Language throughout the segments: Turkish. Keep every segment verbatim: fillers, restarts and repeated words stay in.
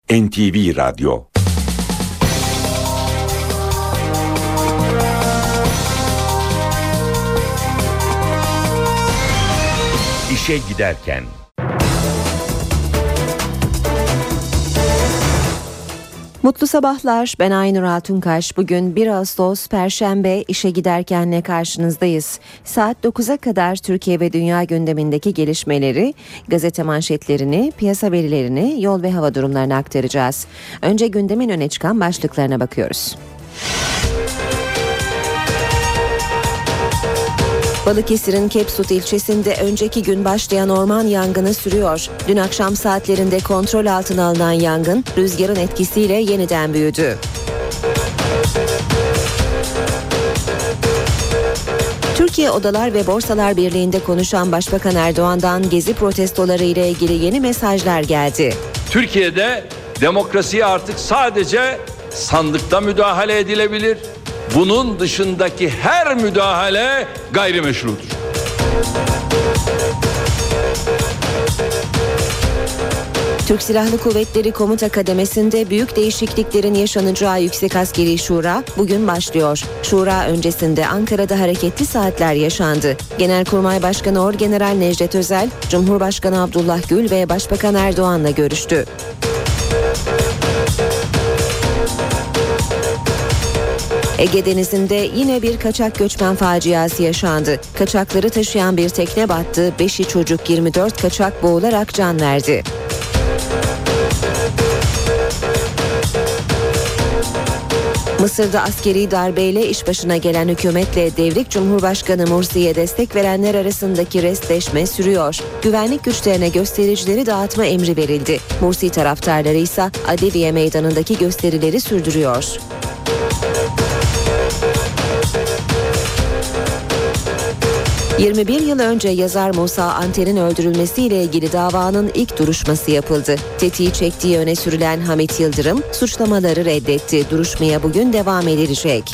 N T V Radyo. İşe giderken. Mutlu sabahlar, ben Aynur Altunkaş. Bugün bir Ağustos Perşembe, işe giderkenle karşınızdayız. Saat dokuza kadar Türkiye ve dünya gündemindeki gelişmeleri, gazete manşetlerini, piyasa verilerini, yol ve hava durumlarını aktaracağız. Önce gündemin öne çıkan başlıklarına bakıyoruz. Balıkesir'in Kepsut ilçesinde önceki gün başlayan orman yangını sürüyor. Dün akşam saatlerinde kontrol altına alınan yangın rüzgarın etkisiyle yeniden büyüdü. Türkiye Odalar ve Borsalar Birliği'nde konuşan Başbakan Erdoğan'dan gezi protestoları ile ilgili yeni mesajlar geldi. Türkiye'de demokrasiye artık sadece sandıkta müdahale edilebilir. Bunun dışındaki her müdahale gayrimeşrudur. Türk Silahlı Kuvvetleri Komuta Kademesi'nde büyük değişikliklerin yaşanacağı Yüksek Askeri Şura bugün başlıyor. Şura öncesinde Ankara'da hareketli saatler yaşandı. Genelkurmay Başkanı Orgeneral Necdet Özel, Cumhurbaşkanı Abdullah Gül ve Başbakan Erdoğan'la görüştü. Ege Denizi'nde yine bir kaçak göçmen faciası yaşandı. Kaçakları taşıyan bir tekne battı, beşi çocuk yirmi dört kaçak boğularak can verdi. Mısır'da askeri darbeyle iş başına gelen hükümetle devrik Cumhurbaşkanı Mursi'ye destek verenler arasındaki restleşme sürüyor. Güvenlik güçlerine göstericileri dağıtma emri verildi. Mursi taraftarları ise Adeviye Meydanı'ndaki gösterileri sürdürüyor. yirmi bir yıl önce yazar Musa Anter'in öldürülmesiyle ilgili davanın ilk duruşması yapıldı. Tetiği çektiği öne sürülen Hamit Yıldırım suçlamaları reddetti. Duruşmaya bugün devam edilecek.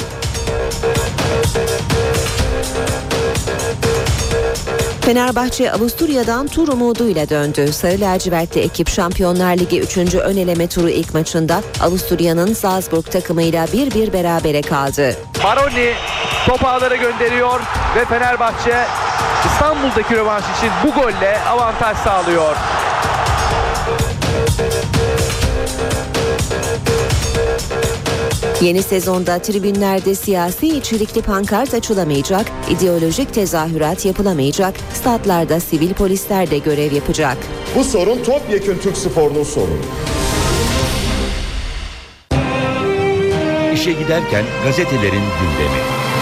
Fenerbahçe Avusturya'dan tur umuduyla döndü. Sarı lacivertli ekip Şampiyonlar Ligi üçüncü ön eleme turu ilk maçında Avusturya'nın Salzburg takımıyla bir bir berabere kaldı. Maroni top ağlara gönderiyor ve Fenerbahçe İstanbul'daki rövanş için bu golle avantaj sağlıyor. Yeni sezonda tribünlerde siyasi içerikli pankart açılamayacak, ideolojik tezahürat yapılamayacak, statlarda sivil polisler de görev yapacak. Bu sorun topyekün Türk sporunun sorunu. İşe giderken gazetelerin gündemi.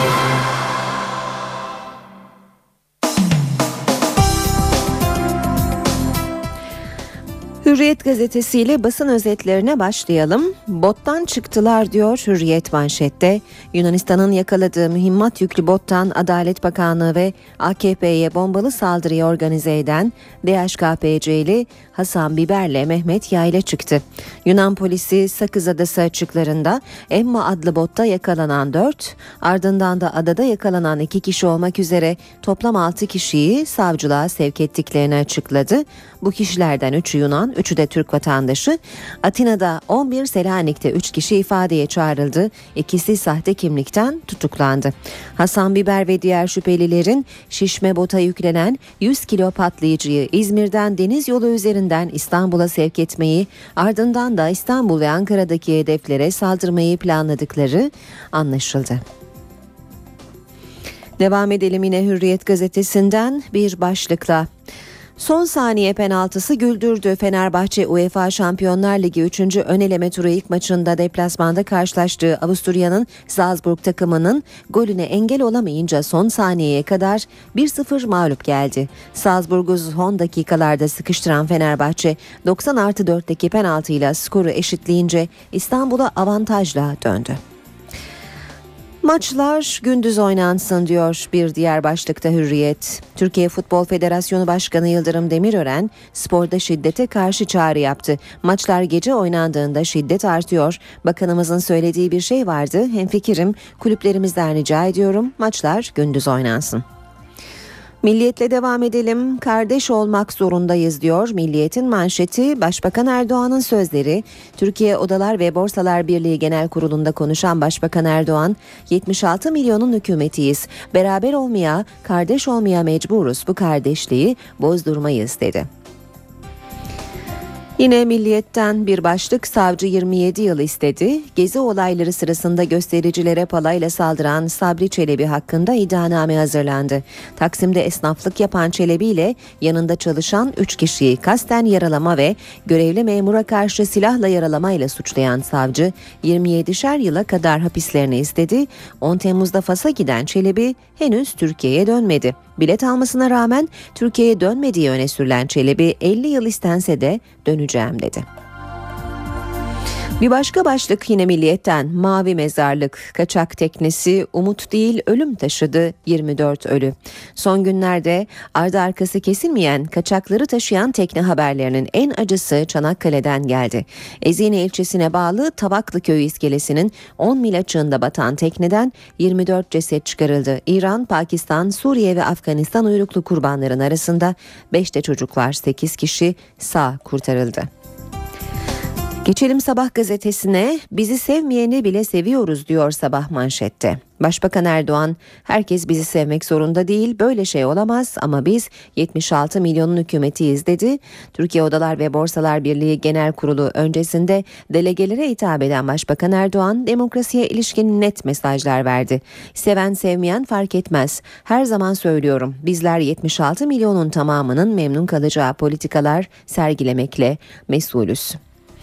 Hürriyet gazetesiyle basın özetlerine başlayalım. Bottan çıktılar diyor Hürriyet manşette. Yunanistan'ın yakaladığı mühimmat yüklü bottan Adalet Bakanlığı ve A K P'ye bombalı saldırıyı organize eden D H K P C'li Hasan Biber'le Mehmet Yayla çıktı. Yunan polisi Sakız Adası açıklarında Emma adlı botta yakalanan dört, ardından da adada yakalanan iki kişi olmak üzere toplam altı kişiyi savcılığa sevk ettiklerini açıkladı. Bu kişilerden üçü Yunan, üçü de Türk vatandaşı. Atina'da on bir, Selanik'te üç kişi ifadeye çağrıldı. İkisi sahte kimlikten tutuklandı. Hasan Biber ve diğer şüphelilerin şişme bota yüklenen yüz kilo patlayıcıyı İzmir'den deniz yolu üzerinden İstanbul'a sevk etmeyi, ardından da İstanbul ve Ankara'daki hedeflere saldırmayı planladıkları anlaşıldı. Devam edelim yine Hürriyet gazetesinden bir başlıkla. Son saniye penaltısı güldürdü. Fenerbahçe UEFA Şampiyonlar Ligi üçüncü ön eleme turu ilk maçında deplasmanda karşılaştığı Avusturya'nın Salzburg takımının golüne engel olamayınca son saniyeye kadar bir sıfır mağlup geldi. Salzburg'u son dakikalarda sıkıştıran Fenerbahçe doksan artı dörtteki penaltıyla skoru eşitleyince İstanbul'a avantajla döndü. Maçlar gündüz oynansın diyor bir diğer başlıkta Hürriyet. Türkiye Futbol Federasyonu Başkanı Yıldırım Demirören sporda şiddete karşı çağrı yaptı. Maçlar gece oynandığında şiddet artıyor. Bakanımızın söylediği bir şey vardı. Hemfikirim, kulüplerimizden rica ediyorum maçlar gündüz oynansın. Milliyetle devam edelim. Kardeş olmak zorundayız diyor Milliyet'in manşeti. Başbakan Erdoğan'ın sözleri. Türkiye Odalar ve Borsalar Birliği Genel Kurulu'nda konuşan Başbakan Erdoğan, yetmiş altı milyonun hükümetiyiz. Beraber olmaya, kardeş olmaya mecburuz. Bu kardeşliği bozdurmayız dedi. Yine Milliyet'ten bir başlık, savcı yirmi yedi yıl istedi. Gezi olayları sırasında göstericilere palayla saldıran Sabri Çelebi hakkında iddianame hazırlandı. Taksim'de esnaflık yapan Çelebi ile yanında çalışan üç kişiyi kasten yaralama ve görevli memura karşı silahla yaralamayla suçlayan savcı yirmi yedişer yıla kadar hapislerini istedi. on Temmuz'da Fas'a giden Çelebi henüz Türkiye'ye dönmedi. Bilet almasına rağmen Türkiye'ye dönmediği öne sürülen Çelebi elli yıl istense de döneceğim dedi. Bir başka başlık yine Milliyet'ten, mavi mezarlık, kaçak teknesi umut değil ölüm taşıdı, yirmi dört ölü. Son günlerde ardı arkası kesilmeyen kaçakları taşıyan tekne haberlerinin en acısı Çanakkale'den geldi. Ezine ilçesine bağlı Tavaklı köyü iskelesinin on mil açığında batan tekneden yirmi dört ceset çıkarıldı. İran, Pakistan, Suriye ve Afganistan uyruklu kurbanların arasında beş de çocuk var, sekiz kişi sağ kurtarıldı. Geçelim Sabah gazetesine. Bizi sevmeyeni bile seviyoruz diyor Sabah manşette. Başbakan Erdoğan, herkes bizi sevmek zorunda değil, böyle şey olamaz ama biz yetmiş altı milyonun hükümetiyiz dedi. Türkiye Odalar ve Borsalar Birliği Genel Kurulu öncesinde delegelere hitap eden Başbakan Erdoğan, demokrasiye ilişkin net mesajlar verdi. Seven sevmeyen fark etmez. Her zaman söylüyorum, bizler yetmiş altı milyonun tamamının memnun kalacağı politikalar sergilemekle mesulüz.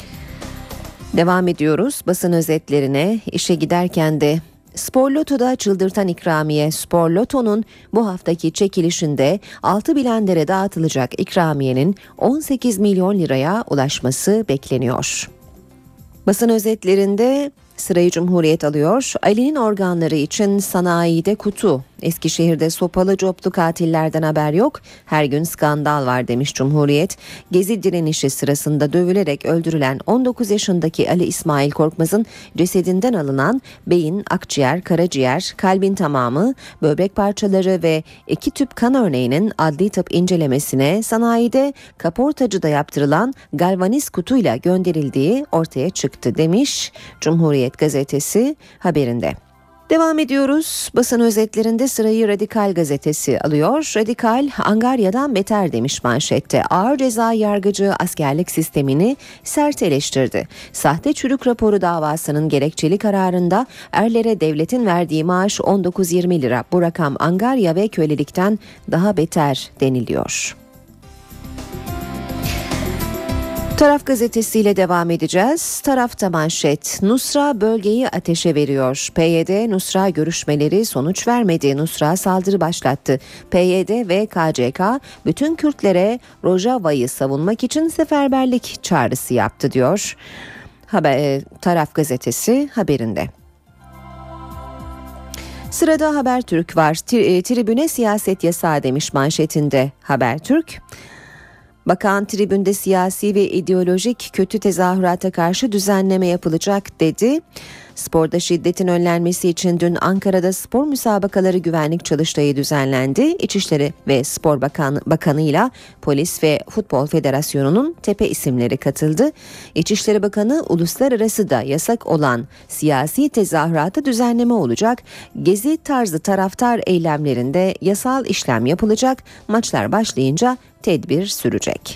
Devam ediyoruz basın özetlerine. İşe giderken de Spor Loto'da çıldırtan ikramiye. Spor Loto'nun bu haftaki çekilişinde altı bilenlere dağıtılacak ikramiyenin on sekiz milyon liraya ulaşması bekleniyor. Basın özetlerinde sırayı Cumhuriyet alıyor. Ali'nin organları için sanayide kutu. Eskişehir'de sopalı coplu katillerden haber yok. Her gün skandal var demiş Cumhuriyet. Gezi direnişi sırasında dövülerek öldürülen on dokuz yaşındaki Ali İsmail Korkmaz'ın cesedinden alınan beyin, akciğer, karaciğer, kalbin tamamı, böbrek parçaları ve iki tüp kan örneğinin adli tıp incelemesine sanayide kaportacıda yaptırılan galvaniz kutuyla gönderildiği ortaya çıktı demiş Cumhuriyet gazetesi haberinde. Devam ediyoruz. Basın özetlerinde sırayı Radikal gazetesi alıyor. Radikal, Angarya'dan beter demiş manşette. Ağır ceza yargıcı askerlik sistemini sert eleştirdi. Sahte çürük raporu davasının gerekçeli kararında erlere devletin verdiği maaş on dokuz yirmi lira. Bu rakam Angarya ve kölelikten daha beter deniliyor. Taraf gazetesiyle devam edeceğiz. Tarafta manşet, Nusra bölgeyi ateşe veriyor. P Y D Nusra görüşmeleri sonuç vermedi. Nusra saldırı başlattı. P Y D ve K C K bütün Kürtlere Rojava'yı savunmak için seferberlik çağrısı yaptı diyor Haber, Taraf gazetesi haberinde. Sırada Habertürk var. Tribüne siyaset yasağı demiş manşetinde Habertürk. Bakan tribünde siyasi ve ideolojik kötü tezahürata karşı düzenleme yapılacak dedi. Sporda şiddetin önlenmesi için dün Ankara'da spor müsabakaları güvenlik çalıştayı düzenlendi. İçişleri ve Spor Bakan, Bakanı'yla Polis ve Futbol Federasyonu'nun tepe isimleri katıldı. İçişleri Bakanı uluslararası da yasak olan siyasi tezahürata düzenleme olacak. Gezi tarzı taraftar eylemlerinde yasal işlem yapılacak. Maçlar başlayınca tedbir sürecek.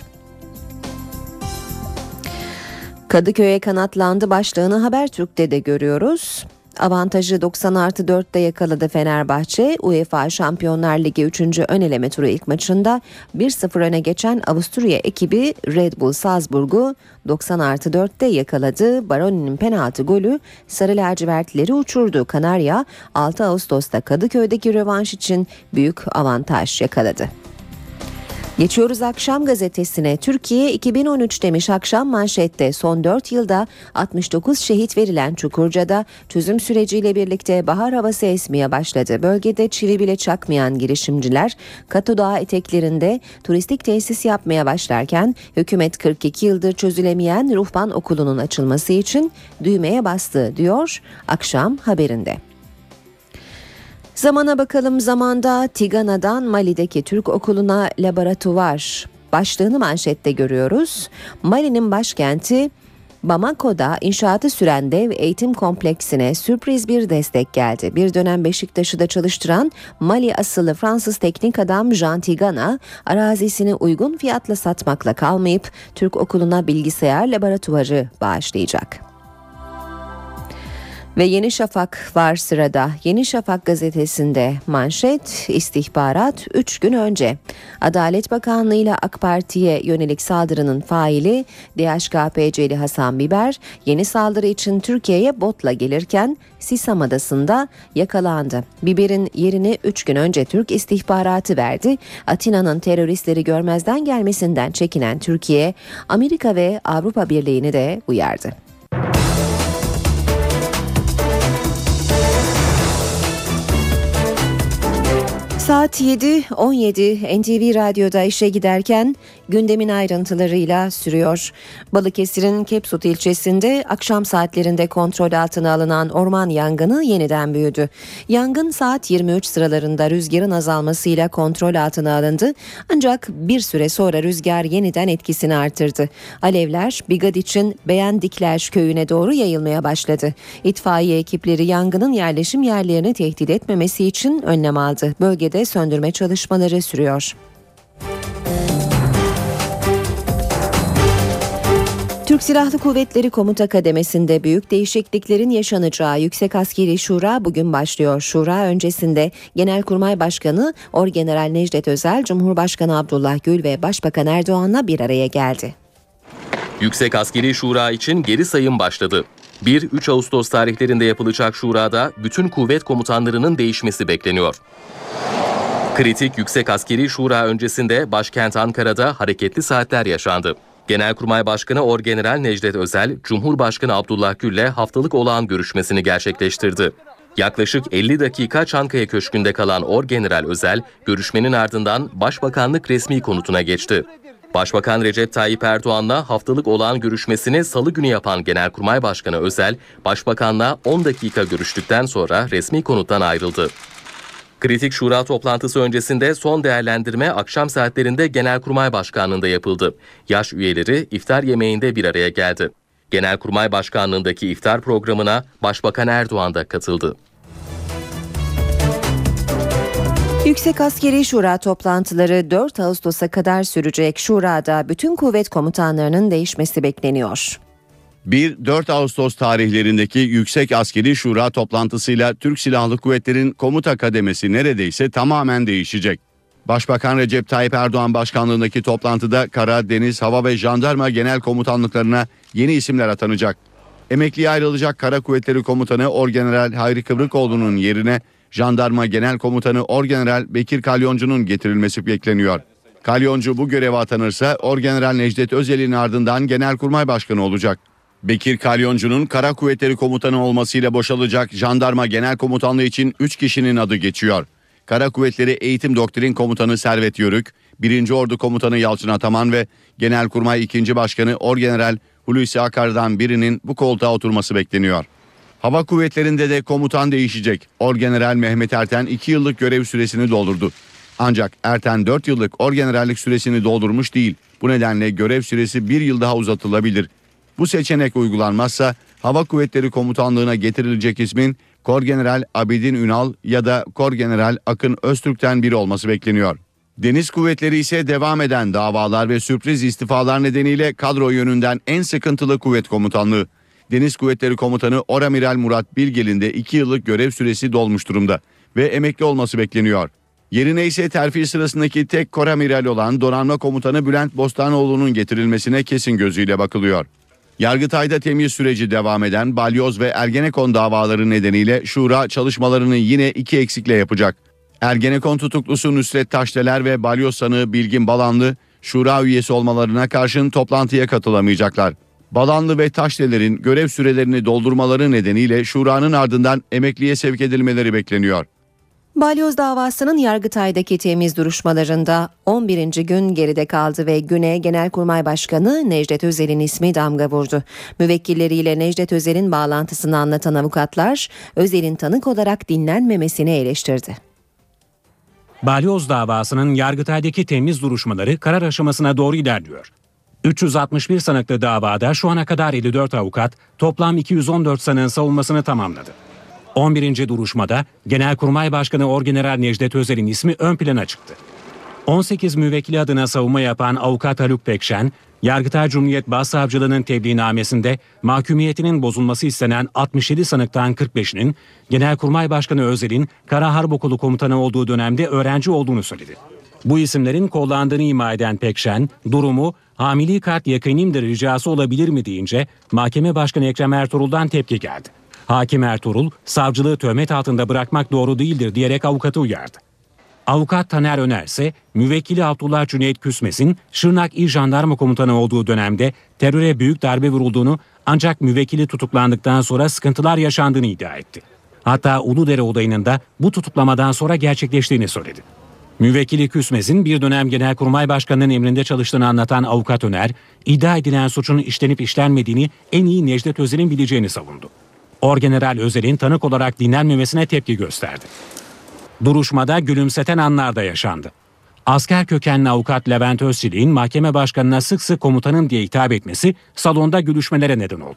Kadıköy'e kanatlandı başlığını Habertürk'te de görüyoruz. Avantajı doksan artı dörtte yakaladı Fenerbahçe. UEFA Şampiyonlar Ligi üçüncü ön eleme turu ilk maçında bir sıfır öne geçen Avusturya ekibi Red Bull Salzburg'u doksan artı dörtte yakaladı. Baroni'nin penaltı golü sarı lacivertleri uçurdu. Kanarya altı Ağustos'ta Kadıköy'deki rövanş için büyük avantaj yakaladı. Geçiyoruz Akşam gazetesine. Türkiye iki bin on üç demiş Akşam manşette. Son dört yılda altmış dokuz şehit verilen Çukurca'da çözüm süreciyle birlikte bahar havası esmeye başladı. Bölgede çivi bile çakmayan girişimciler Kato Dağı eteklerinde turistik tesis yapmaya başlarken hükümet kırk iki yıldır çözülemeyen ruhban okulunun açılması için düğmeye bastı diyor Akşam haberinde. Zamana bakalım. Zamanda Tigana'dan Mali'deki Türk okuluna laboratuvar başlığını manşette görüyoruz. Mali'nin başkenti Bamako'da inşaatı süren dev eğitim kompleksine sürpriz bir destek geldi. Bir dönem Beşiktaş'ı da çalıştıran Mali asıllı Fransız teknik adam Jean Tigana, arazisini uygun fiyatla satmakla kalmayıp Türk okuluna bilgisayar laboratuvarı bağışlayacak. Ve Yeni Şafak var sırada. Yeni Şafak gazetesinde manşet istihbarat üç gün önce. Adalet Bakanlığı ile AK Parti'ye yönelik saldırının faili D H K P C'li Hasan Biber yeni saldırı için Türkiye'ye botla gelirken Sisam Adası'nda yakalandı. Biber'in yerini üç gün önce Türk istihbaratı verdi. Atina'nın teröristleri görmezden gelmesinden çekinen Türkiye, Amerika ve Avrupa Birliği'ni de uyardı. Saat yedi on yedi N T V Radyo'da işe giderken gündemin ayrıntılarıyla sürüyor. Balıkesir'in Kepsut ilçesinde akşam saatlerinde kontrol altına alınan orman yangını yeniden büyüdü. Yangın saat yirmi üç sıralarında rüzgarın azalmasıyla kontrol altına alındı. Ancak bir süre sonra rüzgar yeniden etkisini artırdı. Alevler Bigadiç'in Beğendikler köyüne doğru yayılmaya başladı. İtfaiye ekipleri yangının yerleşim yerlerini tehdit etmemesi için önlem aldı. Bölgede de söndürme çalışmaları sürüyor. Türk Silahlı Kuvvetleri Komuta Kademesi'nde büyük değişikliklerin yaşanacağı Yüksek Askeri Şura bugün başlıyor. Şura öncesinde Genelkurmay Başkanı Orgeneral Necdet Özel, Cumhurbaşkanı Abdullah Gül ve Başbakan Erdoğan'la bir araya geldi. Yüksek Askeri Şura için geri sayım başladı. bir üç Ağustos tarihlerinde yapılacak şurada bütün kuvvet komutanlarının değişmesi bekleniyor. Kritik Yüksek Askeri Şura öncesinde başkent Ankara'da hareketli saatler yaşandı. Genelkurmay Başkanı Orgeneral Necdet Özel, Cumhurbaşkanı Abdullah Gül'le haftalık olağan görüşmesini gerçekleştirdi. Yaklaşık elli dakika Çankaya Köşkü'nde kalan Orgeneral Özel, görüşmenin ardından Başbakanlık resmi konutuna geçti. Başbakan Recep Tayyip Erdoğan'la haftalık olağan görüşmesini salı günü yapan Genelkurmay Başkanı Özel, Başbakan'la on dakika görüştükten sonra resmi konuttan ayrıldı. Kritik Şura toplantısı öncesinde son değerlendirme akşam saatlerinde Genelkurmay Başkanlığı'nda yapıldı. Yaş üyeleri iftar yemeğinde bir araya geldi. Genelkurmay Başkanlığı'ndaki iftar programına Başbakan Erdoğan da katıldı. Yüksek Askeri Şura toplantıları dört Ağustos'a kadar sürecek. Şurada bütün kuvvet komutanlarının değişmesi bekleniyor. bir dört Ağustos tarihlerindeki Yüksek Askeri Şura toplantısıyla Türk Silahlı Kuvvetleri'nin komuta kademesi neredeyse tamamen değişecek. Başbakan Recep Tayyip Erdoğan başkanlığındaki toplantıda kara, deniz, hava ve jandarma genel komutanlıklarına yeni isimler atanacak. Emekliye ayrılacak Kara Kuvvetleri Komutanı Orgeneral Hayri Kıvrıkoğlu'nun yerine Jandarma Genel Komutanı Orgeneral Bekir Kalyoncu'nun getirilmesi bekleniyor. Kalyoncu bu göreve atanırsa Orgeneral Necdet Özel'in ardından Genelkurmay Başkanı olacak. Bekir Kalyoncu'nun Kara Kuvvetleri Komutanı olmasıyla boşalacak Jandarma Genel Komutanlığı için üç kişinin adı geçiyor. Kara Kuvvetleri Eğitim Doktrin Komutanı Servet Yörük, birinci Ordu Komutanı Yalçın Ataman ve Genelkurmay ikinci Başkanı Orgeneral Hulusi Akar'dan birinin bu koltuğa oturması bekleniyor. Hava kuvvetlerinde de komutan değişecek. Orgeneral Mehmet Erten iki yıllık görev süresini doldurdu. Ancak Erten dört yıllık orgenerallik süresini doldurmuş değil. Bu nedenle görev süresi bir yıl daha uzatılabilir. Bu seçenek uygulanmazsa Hava Kuvvetleri Komutanlığı'na getirilecek ismin Korgeneral Abidin Ünal ya da Korgeneral Akın Öztürk'ten biri olması bekleniyor. Deniz kuvvetleri ise devam eden davalar ve sürpriz istifalar nedeniyle kadro yönünden en sıkıntılı kuvvet komutanlığı. Deniz Kuvvetleri Komutanı Oramiral Murat Bilgel'in de iki yıllık görev süresi dolmuş durumda ve emekli olması bekleniyor. Yerine ise terfi sırasındaki tek koramiral olan Donanma Komutanı Bülent Bostanoğlu'nun getirilmesine kesin gözüyle bakılıyor. Yargıtay'da temyiz süreci devam eden Balyoz ve Ergenekon davaları nedeniyle Şura çalışmalarını yine iki eksikle yapacak. Ergenekon tutuklusu Nusret Taşdeler ve Balyoz sanığı Bilgin Balanlı, Şura üyesi olmalarına karşın toplantıya katılamayacaklar. Balanlı ve Taşdeler'in görev sürelerini doldurmaları nedeniyle Şura'nın ardından emekliye sevk edilmeleri bekleniyor. Balyoz davasının Yargıtay'daki temiz duruşmalarında on birinci gün geride kaldı ve güne Genelkurmay Başkanı Necdet Özel'in ismi damga vurdu. Müvekkilleriyle Necdet Özel'in bağlantısını anlatan avukatlar Özel'in tanık olarak dinlenmemesini eleştirdi. Balyoz davasının Yargıtay'daki temiz duruşmaları karar aşamasına doğru ilerliyor. üç yüz altmış bir sanıklı davada şu ana kadar elli dört avukat toplam iki yüz on dört sanığın savunmasını tamamladı. on birinci duruşmada Genelkurmay Başkanı Orgeneral Necdet Özel'in ismi ön plana çıktı. on sekiz müvekkili adına savunma yapan avukat Haluk Pekşen, Yargıtay Cumhuriyet Başsavcılığı'nın tebliğnamesinde mahkumiyetinin bozulması istenen altmış yedi sanıktan kırk beşinin Genelkurmay Başkanı Özel'in Kara Harp Okulu komutanı olduğu dönemde öğrenci olduğunu söyledi. Bu isimlerin kollandığını ima eden Pekşen, durumu hamili kart yakınimdir ricası olabilir mi deyince Mahkeme Başkanı Ekrem Ertuğrul'dan tepki geldi. Hakim Ertuğrul, savcılığı töhmet altında bırakmak doğru değildir diyerek avukatı uyardı. Avukat Taner Öner ise müvekkili Abdullah Cüneyt Küsmes'in Şırnak İl Jandarma Komutanı olduğu dönemde teröre büyük darbe vurulduğunu ancak müvekkili tutuklandıktan sonra sıkıntılar yaşandığını iddia etti. Hatta Uludere olayının da bu tutuklamadan sonra gerçekleştiğini söyledi. Müvekkili Küsmes'in bir dönem Genelkurmay Başkanı'nın emrinde çalıştığını anlatan avukat Öner, iddia edilen suçun işlenip işlenmediğini en iyi Necdet Özel'in bileceğini savundu. Orgeneral Özel'in tanık olarak dinlenmemesine tepki gösterdi. Duruşmada gülümseten anlar da yaşandı. Asker kökenli avukat Levent Özçelik'in mahkeme başkanına sık sık komutanım diye hitap etmesi salonda gülüşmelere neden oldu.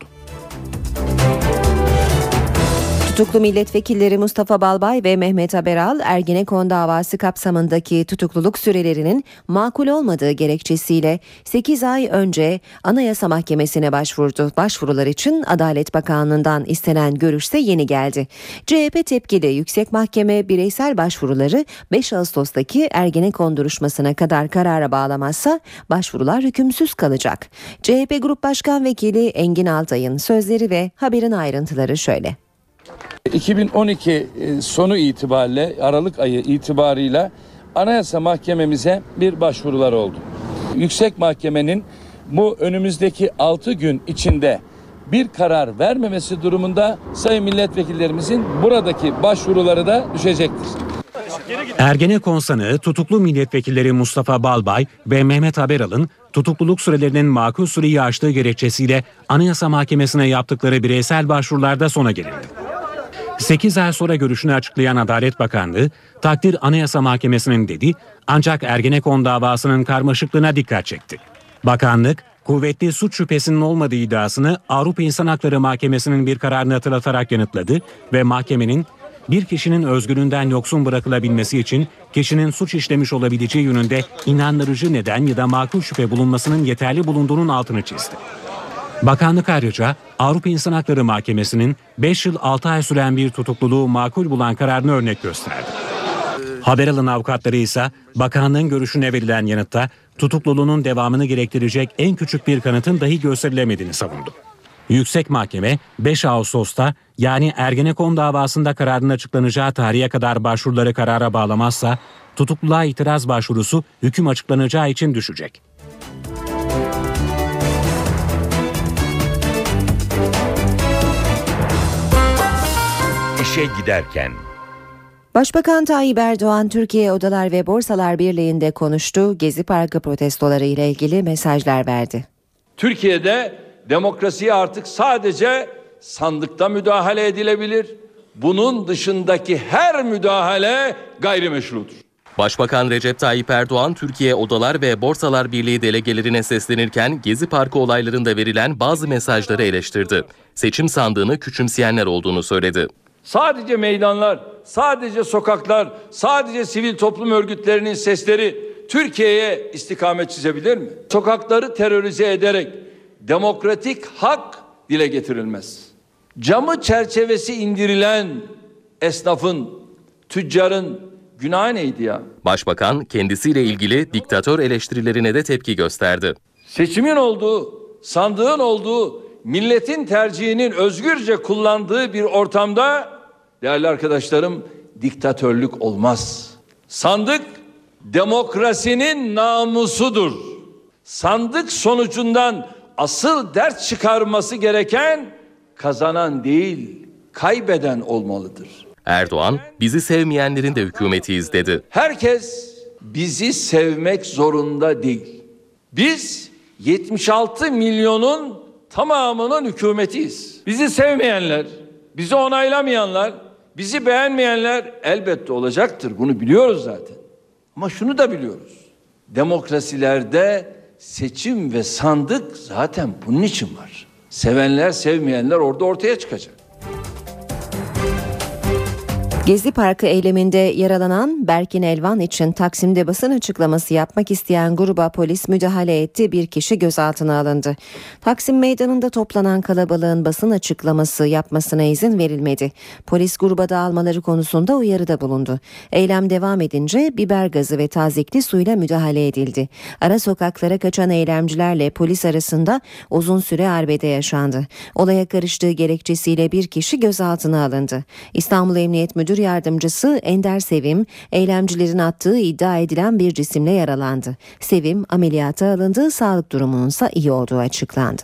Tutuklu milletvekilleri Mustafa Balbay ve Mehmet Haberal, Ergenekon davası kapsamındaki tutukluluk sürelerinin makul olmadığı gerekçesiyle sekiz ay önce Anayasa Mahkemesi'ne başvurdu. Başvurular için Adalet Bakanlığı'ndan istenen görüşse yeni geldi. C H P tepkili. Yüksek Mahkeme bireysel başvuruları beş Ağustos'taki Ergenekon duruşmasına kadar karara bağlamazsa başvurular hükümsüz kalacak. C H P Grup Başkan Vekili Engin Altay'ın sözleri ve haberin ayrıntıları şöyle. iki bin on iki sonu itibariyle Aralık ayı itibarıyla Anayasa Mahkememize bir başvurular oldu. Yüksek Mahkemenin bu önümüzdeki altı gün içinde bir karar vermemesi durumunda sayın milletvekillerimizin buradaki başvuruları da düşecektir. Ergenekon sanığı tutuklu milletvekilleri Mustafa Balbay ve Mehmet Haberal'ın tutukluluk sürelerinin makul süreyi aştığı gerekçesiyle Anayasa Mahkemesi'ne yaptıkları bireysel başvurularda sona gelindi. sekiz ay sonra görüşünü açıklayan Adalet Bakanlığı, takdir Anayasa Mahkemesi'nin dedi, ancak Ergenekon davasının karmaşıklığına dikkat çekti. Bakanlık, kuvvetli suç şüphesinin olmadığı iddiasını Avrupa İnsan Hakları Mahkemesi'nin bir kararını hatırlatarak yanıtladı ve mahkemenin bir kişinin özgürlüğünden yoksun bırakılabilmesi için kişinin suç işlemiş olabileceği yönünde inandırıcı neden ya da makul şüphe bulunmasının yeterli bulunduğunun altını çizdi. Bakanlık ayrıca Avrupa İnsan Hakları Mahkemesi'nin beş yıl altı ay süren bir tutukluluğu makul bulan kararını örnek gösterdi. Haberal'ın avukatları ise bakanlığın görüşüne verilen yanıtta tutukluluğunun devamını gerektirecek en küçük bir kanıtın dahi gösterilemediğini savundu. Yüksek Mahkeme beş Ağustos'ta yani Ergenekon davasında kararın açıklanacağı tarihe kadar başvuruları karara bağlamazsa tutukluluğa itiraz başvurusu hüküm açıklanacağı için düşecek. İşe giderken. Başbakan Tayyip Erdoğan, Türkiye Odalar ve Borsalar Birliği'nde konuştu. Gezi Parkı protestoları ile ilgili mesajlar verdi. Türkiye'de demokrasiye artık sadece sandıkta müdahale edilebilir. Bunun dışındaki her müdahale gayrimeşrudur. Başbakan Recep Tayyip Erdoğan, Türkiye Odalar ve Borsalar Birliği delegelerine seslenirken Gezi Parkı olaylarında verilen bazı mesajları eleştirdi. Seçim sandığını küçümseyenler olduğunu söyledi. Sadece meydanlar, sadece sokaklar, sadece sivil toplum örgütlerinin sesleri Türkiye'ye istikamet çizebilir mi? Sokakları terörize ederek demokratik hak dile getirilmez. Camı çerçevesi indirilen esnafın, tüccarın günahı neydi ya? Başbakan kendisiyle ilgili diktatör eleştirilerine de tepki gösterdi. Seçimin olduğu, sandığın olduğu, milletin tercihinin özgürce kullandığı bir ortamda değerli arkadaşlarım diktatörlük olmaz. Sandık demokrasinin namusudur. Sandık sonucundan asıl ders çıkarması gereken kazanan değil, kaybeden olmalıdır. Erdoğan, bizi sevmeyenlerin de hükümetiyiz dedi. Herkes bizi sevmek zorunda değil. Biz yetmiş altı milyonun tamamının hükümetiyiz. Bizi sevmeyenler, bizi onaylamayanlar, bizi beğenmeyenler elbette olacaktır. Bunu biliyoruz zaten. Ama şunu da biliyoruz. Demokrasilerde seçim ve sandık zaten bunun için var. Sevenler, sevmeyenler orada ortaya çıkacak. Gezi Parkı eyleminde yaralanan Berkin Elvan için Taksim'de basın açıklaması yapmak isteyen gruba polis müdahale etti. Bir kişi gözaltına alındı. Taksim Meydanı'nda toplanan kalabalığın basın açıklaması yapmasına izin verilmedi. Polis gruba dağılmaları konusunda uyarıda bulundu. Eylem devam edince biber gazı ve tazikli suyla müdahale edildi. Ara sokaklara kaçan eylemcilerle polis arasında uzun süre arbede yaşandı. Olaya karıştığı gerekçesiyle bir kişi gözaltına alındı. İstanbul Emniyet Müdür Yardımcısı Ender Sevim, eylemcilerin attığı iddia edilen bir cisimle yaralandı. Sevim ameliyata alındı, sağlık durumununsa iyi olduğu açıklandı.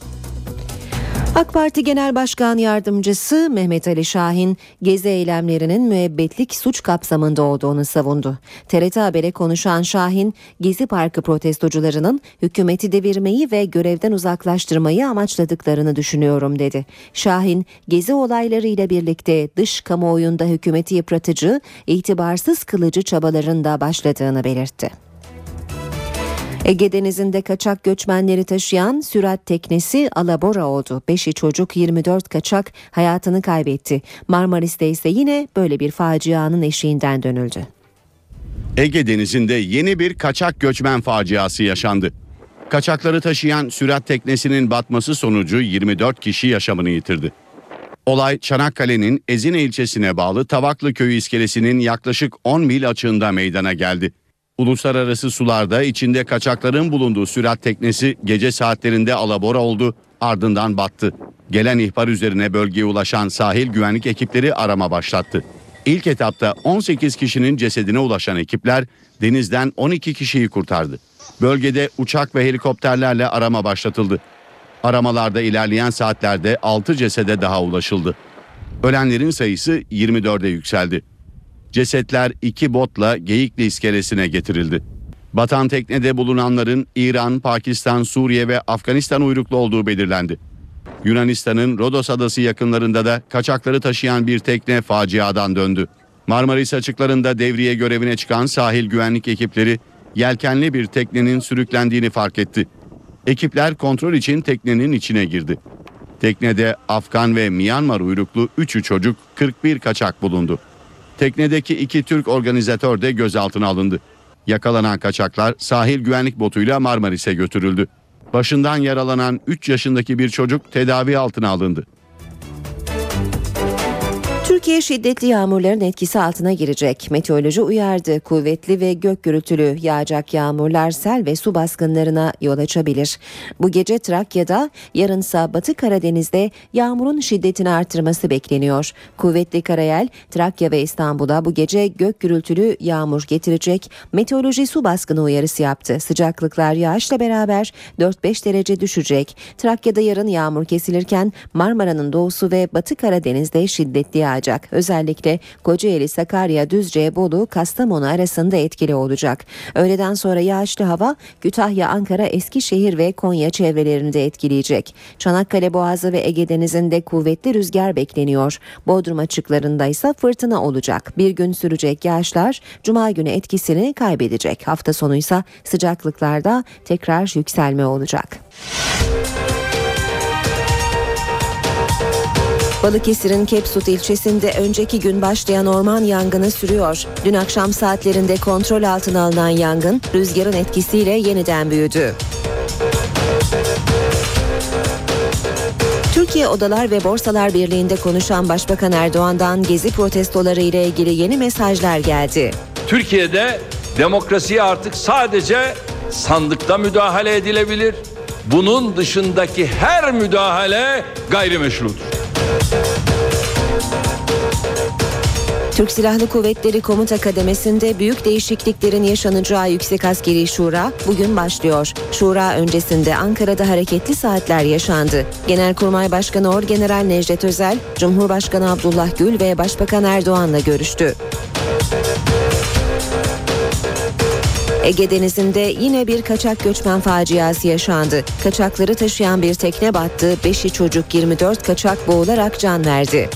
AK Parti Genel Başkan Yardımcısı Mehmet Ali Şahin, gezi eylemlerinin müebbetlik suç kapsamında olduğunu savundu. T R T Haber'e konuşan Şahin, Gezi Parkı protestocularının hükümeti devirmeyi ve görevden uzaklaştırmayı amaçladıklarını düşünüyorum dedi. Şahin, gezi olaylarıyla birlikte dış kamuoyunda hükümeti yıpratıcı, itibarsız kılıcı çabaların da başladığını belirtti. Ege Denizi'nde kaçak göçmenleri taşıyan sürat teknesi alabora oldu. beşi çocuk, yirmi dört kaçak hayatını kaybetti. Marmaris'te ise yine böyle bir facianın eşiğinden dönüldü. Ege Denizi'nde yeni bir kaçak göçmen faciası yaşandı. Kaçakları taşıyan sürat teknesinin batması sonucu yirmi dört kişi yaşamını yitirdi. Olay Çanakkale'nin Ezine ilçesine bağlı Tavaklı Köyü iskelesinin yaklaşık on mil açığında meydana geldi. Uluslararası sularda içinde kaçakların bulunduğu sürat teknesi gece saatlerinde alabora oldu, ardından battı. Gelen ihbar üzerine bölgeye ulaşan sahil güvenlik ekipleri arama başlattı. İlk etapta on sekiz kişinin cesedine ulaşan ekipler denizden on iki kişiyi kurtardı. Bölgede uçak ve helikopterlerle arama başlatıldı. Aramalarda ilerleyen saatlerde altı cesede daha ulaşıldı. Ölenlerin sayısı yirmi dörde yükseldi. Cesetler iki botla Geyikli iskelesine getirildi. Batan teknede bulunanların İran, Pakistan, Suriye ve Afganistan uyruklu olduğu belirlendi. Yunanistan'ın Rodos adası yakınlarında da kaçakları taşıyan bir tekne faciadan döndü. Marmaris açıklarında devriye görevine çıkan sahil güvenlik ekipleri yelkenli bir teknenin sürüklendiğini fark etti. Ekipler kontrol için teknenin içine girdi. Teknede Afgan ve Myanmar uyruklu üçü çocuk, kırk bir kaçak bulundu. Teknedeki iki Türk organizatör de gözaltına alındı. Yakalanan kaçaklar sahil güvenlik botuyla Marmaris'e götürüldü. Başından yaralanan üç yaşındaki bir çocuk tedavi altına alındı. Türkiye şiddetli yağmurların etkisi altına girecek. Meteoroloji uyardı. Kuvvetli ve gök gürültülü yağacak yağmurlar sel ve su baskınlarına yol açabilir. Bu gece Trakya'da, yarınsa Batı Karadeniz'de yağmurun şiddetini artırması bekleniyor. Kuvvetli karayel Trakya ve İstanbul'a bu gece gök gürültülü yağmur getirecek. Meteoroloji su baskını uyarısı yaptı. Sıcaklıklar yağışla beraber dört beş derece düşecek. Trakya'da yarın yağmur kesilirken Marmara'nın doğusu ve Batı Karadeniz'de şiddetli yağacak. Özellikle Kocaeli, Sakarya, Düzce, Bolu, Kastamonu arasında etkili olacak. Öğleden sonra yağışlı hava Kütahya, Ankara, Eskişehir ve Konya çevrelerini de etkileyecek. Çanakkale Boğazı ve Ege Denizi'nde kuvvetli rüzgar bekleniyor. Bodrum açıklarında ise fırtına olacak. Bir gün sürecek yağışlar Cuma günü etkisini kaybedecek. Hafta sonu ise sıcaklıklarda tekrar yükselme olacak. Balıkesir'in Kepsut ilçesinde önceki gün başlayan orman yangını sürüyor. Dün akşam saatlerinde kontrol altına alınan yangın rüzgarın etkisiyle yeniden büyüdü. Türkiye Odalar ve Borsalar Birliği'nde konuşan Başbakan Erdoğan'dan gezi protestoları ile ilgili yeni mesajlar geldi. Türkiye'de demokrasiye artık sadece sandıkta müdahale edilebilir. Bunun dışındaki her müdahale gayrimeşrudur. Türk Silahlı Kuvvetleri Komuta Kademesi'nde büyük değişikliklerin yaşanacağı Yüksek Askeri Şura bugün başlıyor. Şura öncesinde Ankara'da hareketli saatler yaşandı. Genelkurmay Başkanı Orgeneral Necdet Özel, Cumhurbaşkanı Abdullah Gül ve Başbakan Erdoğan'la görüştü. Ege Denizi'nde yine bir kaçak göçmen faciası yaşandı. Kaçakları taşıyan bir tekne battı, beşi çocuk yirmi dört kaçak boğularak can verdi.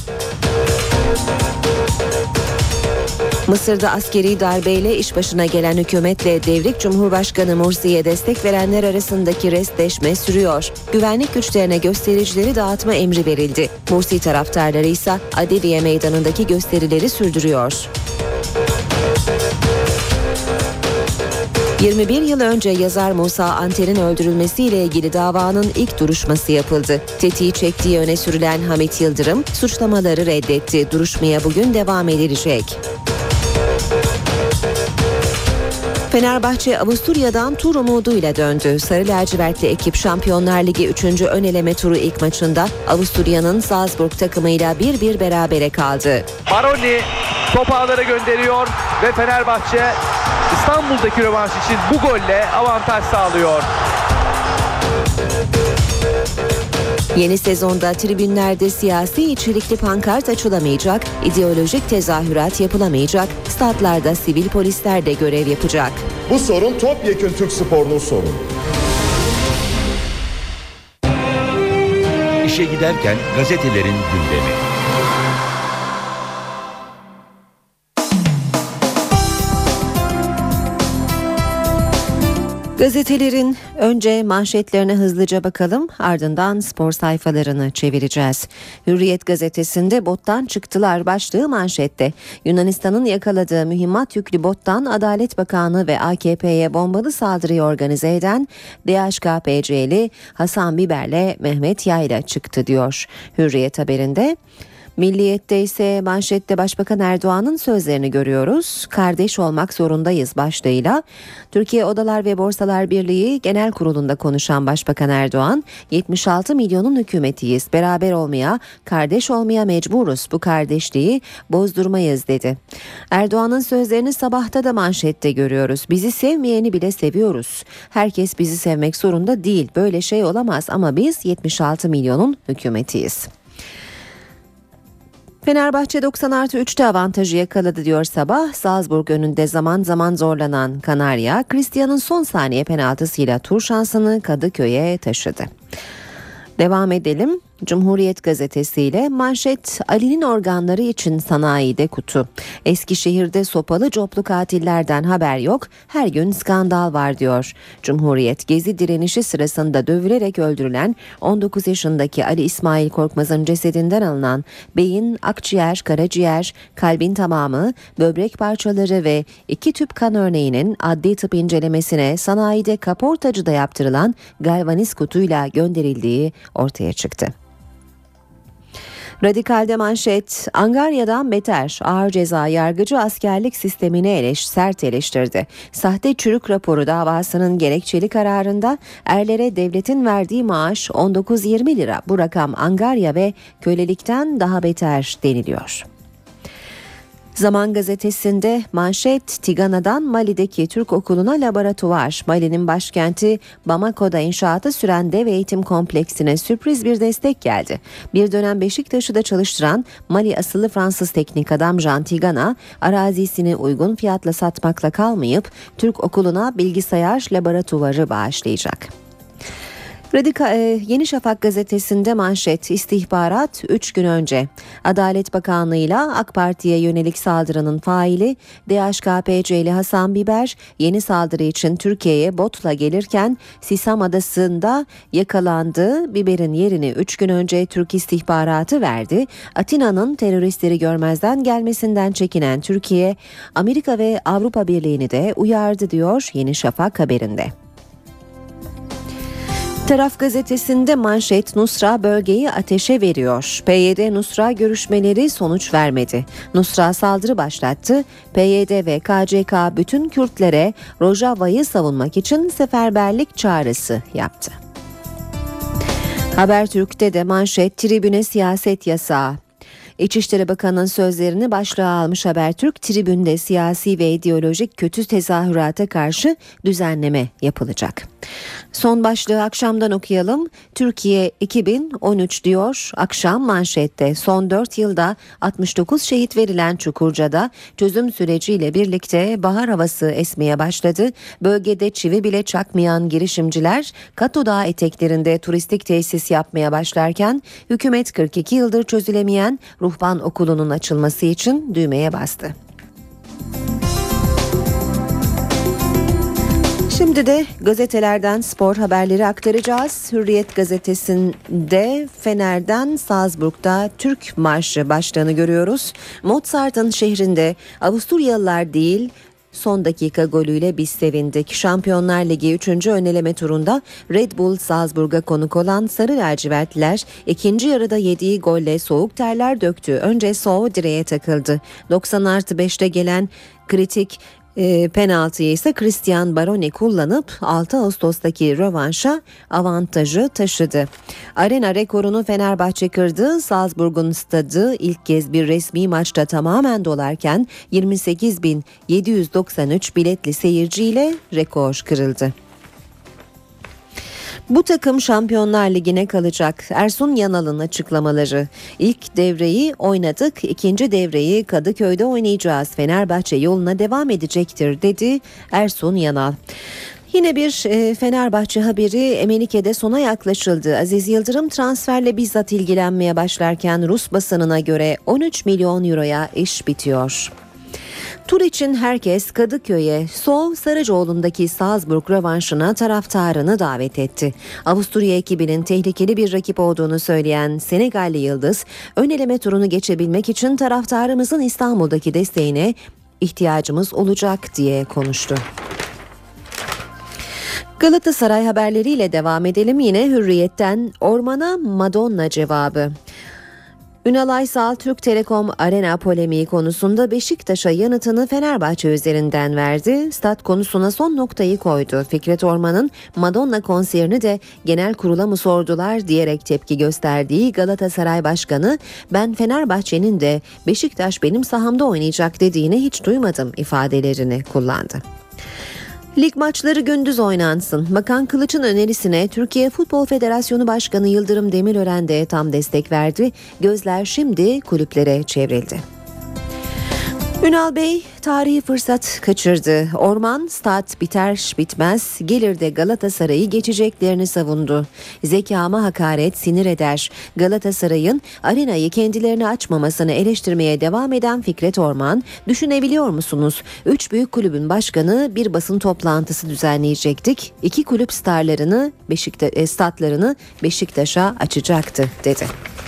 Mısır'da askeri darbeyle iş başına gelen hükümetle devrik Cumhurbaşkanı Mursi'ye destek verenler arasındaki restleşme sürüyor. Güvenlik güçlerine göstericileri dağıtma emri verildi. Mursi taraftarları ise Adiliye Meydanı'ndaki gösterileri sürdürüyor. yirmi bir yıl önce yazar Musa Anter'in öldürülmesiyle ilgili davanın ilk duruşması yapıldı. Tetiği çektiği öne sürülen Hamit Yıldırım suçlamaları reddetti. Duruşmaya bugün devam edilecek. Fenerbahçe Avusturya'dan tur umuduyla döndü. Sarı lacivertli ekip Şampiyonlar Ligi üçüncü ön eleme turu ilk maçında Avusturya'nın Salzburg takımıyla bir bir berabere kaldı. Maroni topu ağlara gönderiyor ve Fenerbahçe İstanbul'daki rövanş için bu golle avantaj sağlıyor. Yeni sezonda tribünlerde siyasi içerikli pankart açılamayacak, ideolojik tezahürat yapılamayacak, statlarda sivil polisler de görev yapacak. Bu sorun topyekün Türk sporunun sorunu. İşe giderken gazetelerin gündemi. Gazetelerin önce manşetlerine hızlıca bakalım, ardından spor sayfalarını çevireceğiz. Hürriyet gazetesinde bottan çıktılar başlığı manşette. Yunanistan'ın yakaladığı mühimmat yüklü bottan Adalet Bakanı ve A K P'ye bombalı saldırıyı organize eden D H K P C'li Hasan Biber'le Mehmet Yayla çıktı diyor Hürriyet haberinde. Milliyet'te ise manşette Başbakan Erdoğan'ın sözlerini görüyoruz. Kardeş olmak zorundayız başlığıyla. Türkiye Odalar ve Borsalar Birliği Genel Kurulu'nda konuşan Başbakan Erdoğan, yetmiş altı milyonun hükümetiyiz. Beraber olmaya, kardeş olmaya mecburuz. Bu kardeşliği bozdurmayız dedi. Erdoğan'ın sözlerini Sabah'ta da manşette görüyoruz. Bizi sevmeyeni bile seviyoruz. Herkes bizi sevmek zorunda değil. Böyle şey olamaz ama biz yetmiş altı milyonun hükümetiyiz. Fenerbahçe doksan artı üçte avantajı yakaladı diyor Sabah. Salzburg önünde zaman zaman zorlanan Kanarya, Cristiano'nun son saniye penaltısıyla tur şansını Kadıköy'e taşıdı. Devam edelim. Cumhuriyet gazetesiyle manşet Ali'nin organları için sanayide kutu. Eskişehir'de sopalı coplu katillerden haber yok, her gün skandal var diyor. Cumhuriyet gezi direnişi sırasında dövülerek öldürülen on dokuz yaşındaki Ali İsmail Korkmaz'ın cesedinden alınan beyin, akciğer, karaciğer, kalbin tamamı, böbrek parçaları ve iki tüp kan örneğinin adli tıp incelemesine sanayide kaportacıda yaptırılan galvaniz kutuyla gönderildiği ortaya çıktı. Radikal'de manşet Angarya'dan beter ağır ceza yargıcı askerlik sistemini eleş, sert eleştirdi. Sahte çürük raporu davasının gerekçeli kararında erlere devletin verdiği maaş on dokuz yirmi lira. Bu rakam Angarya ve kölelikten daha beter deniliyor. Zaman gazetesinde manşet Tigana'dan Mali'deki Türk okuluna laboratuvar. Mali'nin başkenti Bamako'da inşaatı süren dev eğitim kompleksine sürpriz bir destek geldi. Bir dönem Beşiktaş'ı çalıştıran Mali asıllı Fransız teknik adam Jean Tigana, arazisini uygun fiyatla satmakla kalmayıp Türk okuluna bilgisayar laboratuvarı bağışlayacak. Radika, e, Yeni Şafak gazetesinde manşet istihbarat üç gün önce Adalet Bakanlığı'yla AK Parti'ye yönelik saldırının faili D H K P C'li Hasan Biber yeni saldırı için Türkiye'ye botla gelirken Sisam Adası'nda yakalandı. Biber'in yerini üç gün önce Türk istihbaratı verdi. Atina'nın teröristleri görmezden gelmesinden çekinen Türkiye, Amerika ve Avrupa Birliği'ni de uyardı diyor Yeni Şafak haberinde. Taraf gazetesinde manşet Nusra bölgeyi ateşe veriyor. P Y D Nusra görüşmeleri sonuç vermedi. Nusra saldırı başlattı. P Y D ve K C K bütün Kürtlere Rojava'yı savunmak için seferberlik çağrısı yaptı. Habertürk'te de manşet tribüne siyaset yasağı. İçişleri Bakanı'nın sözlerini başlığa almış Habertürk, tribünde siyasi ve ideolojik kötü tezahürata karşı düzenleme yapılacak. Son başlığı akşamdan okuyalım. Türkiye iki bin on üç diyor akşam manşette. Son dört yılda altmış dokuz şehit verilen Çukurca'da çözüm süreciyle birlikte bahar havası esmeye başladı. Bölgede çivi bile çakmayan girişimciler Kato Dağı eteklerinde turistik tesis yapmaya başlarken hükümet kırk iki yıldır çözülemeyen ruhban okulunun açılması için düğmeye bastı. Şimdi de gazetelerden spor haberleri aktaracağız. Hürriyet gazetesinde Fener'den Salzburg'da Türk Marşı başlığını görüyoruz. Mozart'ın şehrinde Avusturyalılar değil, son dakika golüyle biz sevindik. Şampiyonlar Ligi üçüncü öneleme turunda Red Bull Salzburg'a konuk olan Sarı Lacivertliler ikinci yarıda yediği golle soğuk terler döktü. Önce Sow direğe takıldı. doksan artı beşte gelen kritik E, penaltıyı ise Christian Baroni kullanıp altı Ağustos'taki rövanşa avantajı taşıdı. Arena rekorunu Fenerbahçe kırdı. Salzburg'un stadı ilk kez bir resmi maçta tamamen dolarken yirmi sekiz bin yedi yüz doksan üç biletli seyirciyle rekor kırıldı. Bu takım Şampiyonlar Ligi'ne kalacak. Ersun Yanal'ın açıklamaları. İlk devreyi oynadık, ikinci devreyi Kadıköy'de oynayacağız. Fenerbahçe yoluna devam edecektir dedi Ersun Yanal. Yine bir e, Fenerbahçe haberi. Emenike'de sona yaklaşıldı. Aziz Yıldırım transferle bizzat ilgilenmeye başlarken Rus basınına göre on üç milyon euroya iş bitiyor. Tur için herkes Kadıköy'e, Sol Sarıcıoğlu'ndaki Salzburg rövanşına taraftarını davet etti. Avusturya ekibinin tehlikeli bir rakip olduğunu söyleyen Senegalli Yıldız, ön eleme turunu geçebilmek için taraftarımızın İstanbul'daki desteğine ihtiyacımız olacak diye konuştu. Galatasaray haberleriyle devam edelim. Yine Hürriyet'ten Orman'a Madonna cevabı. Ünal Aysal, Türk Telekom Arena polemiği konusunda Beşiktaş'a yanıtını Fenerbahçe üzerinden verdi. Stat konusuna son noktayı koydu. Fikret Orman'ın Madonna konserini de genel kurula mı sordular diyerek tepki gösterdiği Galatasaray Başkanı, ben Fenerbahçe'nin de Beşiktaş benim sahamda oynayacak dediğini hiç duymadım ifadelerini kullandı. Lig maçları gündüz oynansın. Bakan Kılıç'ın önerisine Türkiye Futbol Federasyonu Başkanı Yıldırım Demirören de tam destek verdi. Gözler şimdi kulüplere çevrildi. Ünal Bey tarihi fırsat kaçırdı. Orman stat biter bitmez gelir de Galatasaray'ı geçeceklerini savundu. Zekama hakaret sinir eder. Galatasaray'ın arenayı kendilerine açmamasını eleştirmeye devam eden Fikret Orman, düşünebiliyor musunuz? Üç büyük kulübün başkanı bir basın toplantısı düzenleyecektik. İki kulüp starlarını Beşiktaş statlarını Beşiktaş'a açacaktı dedi.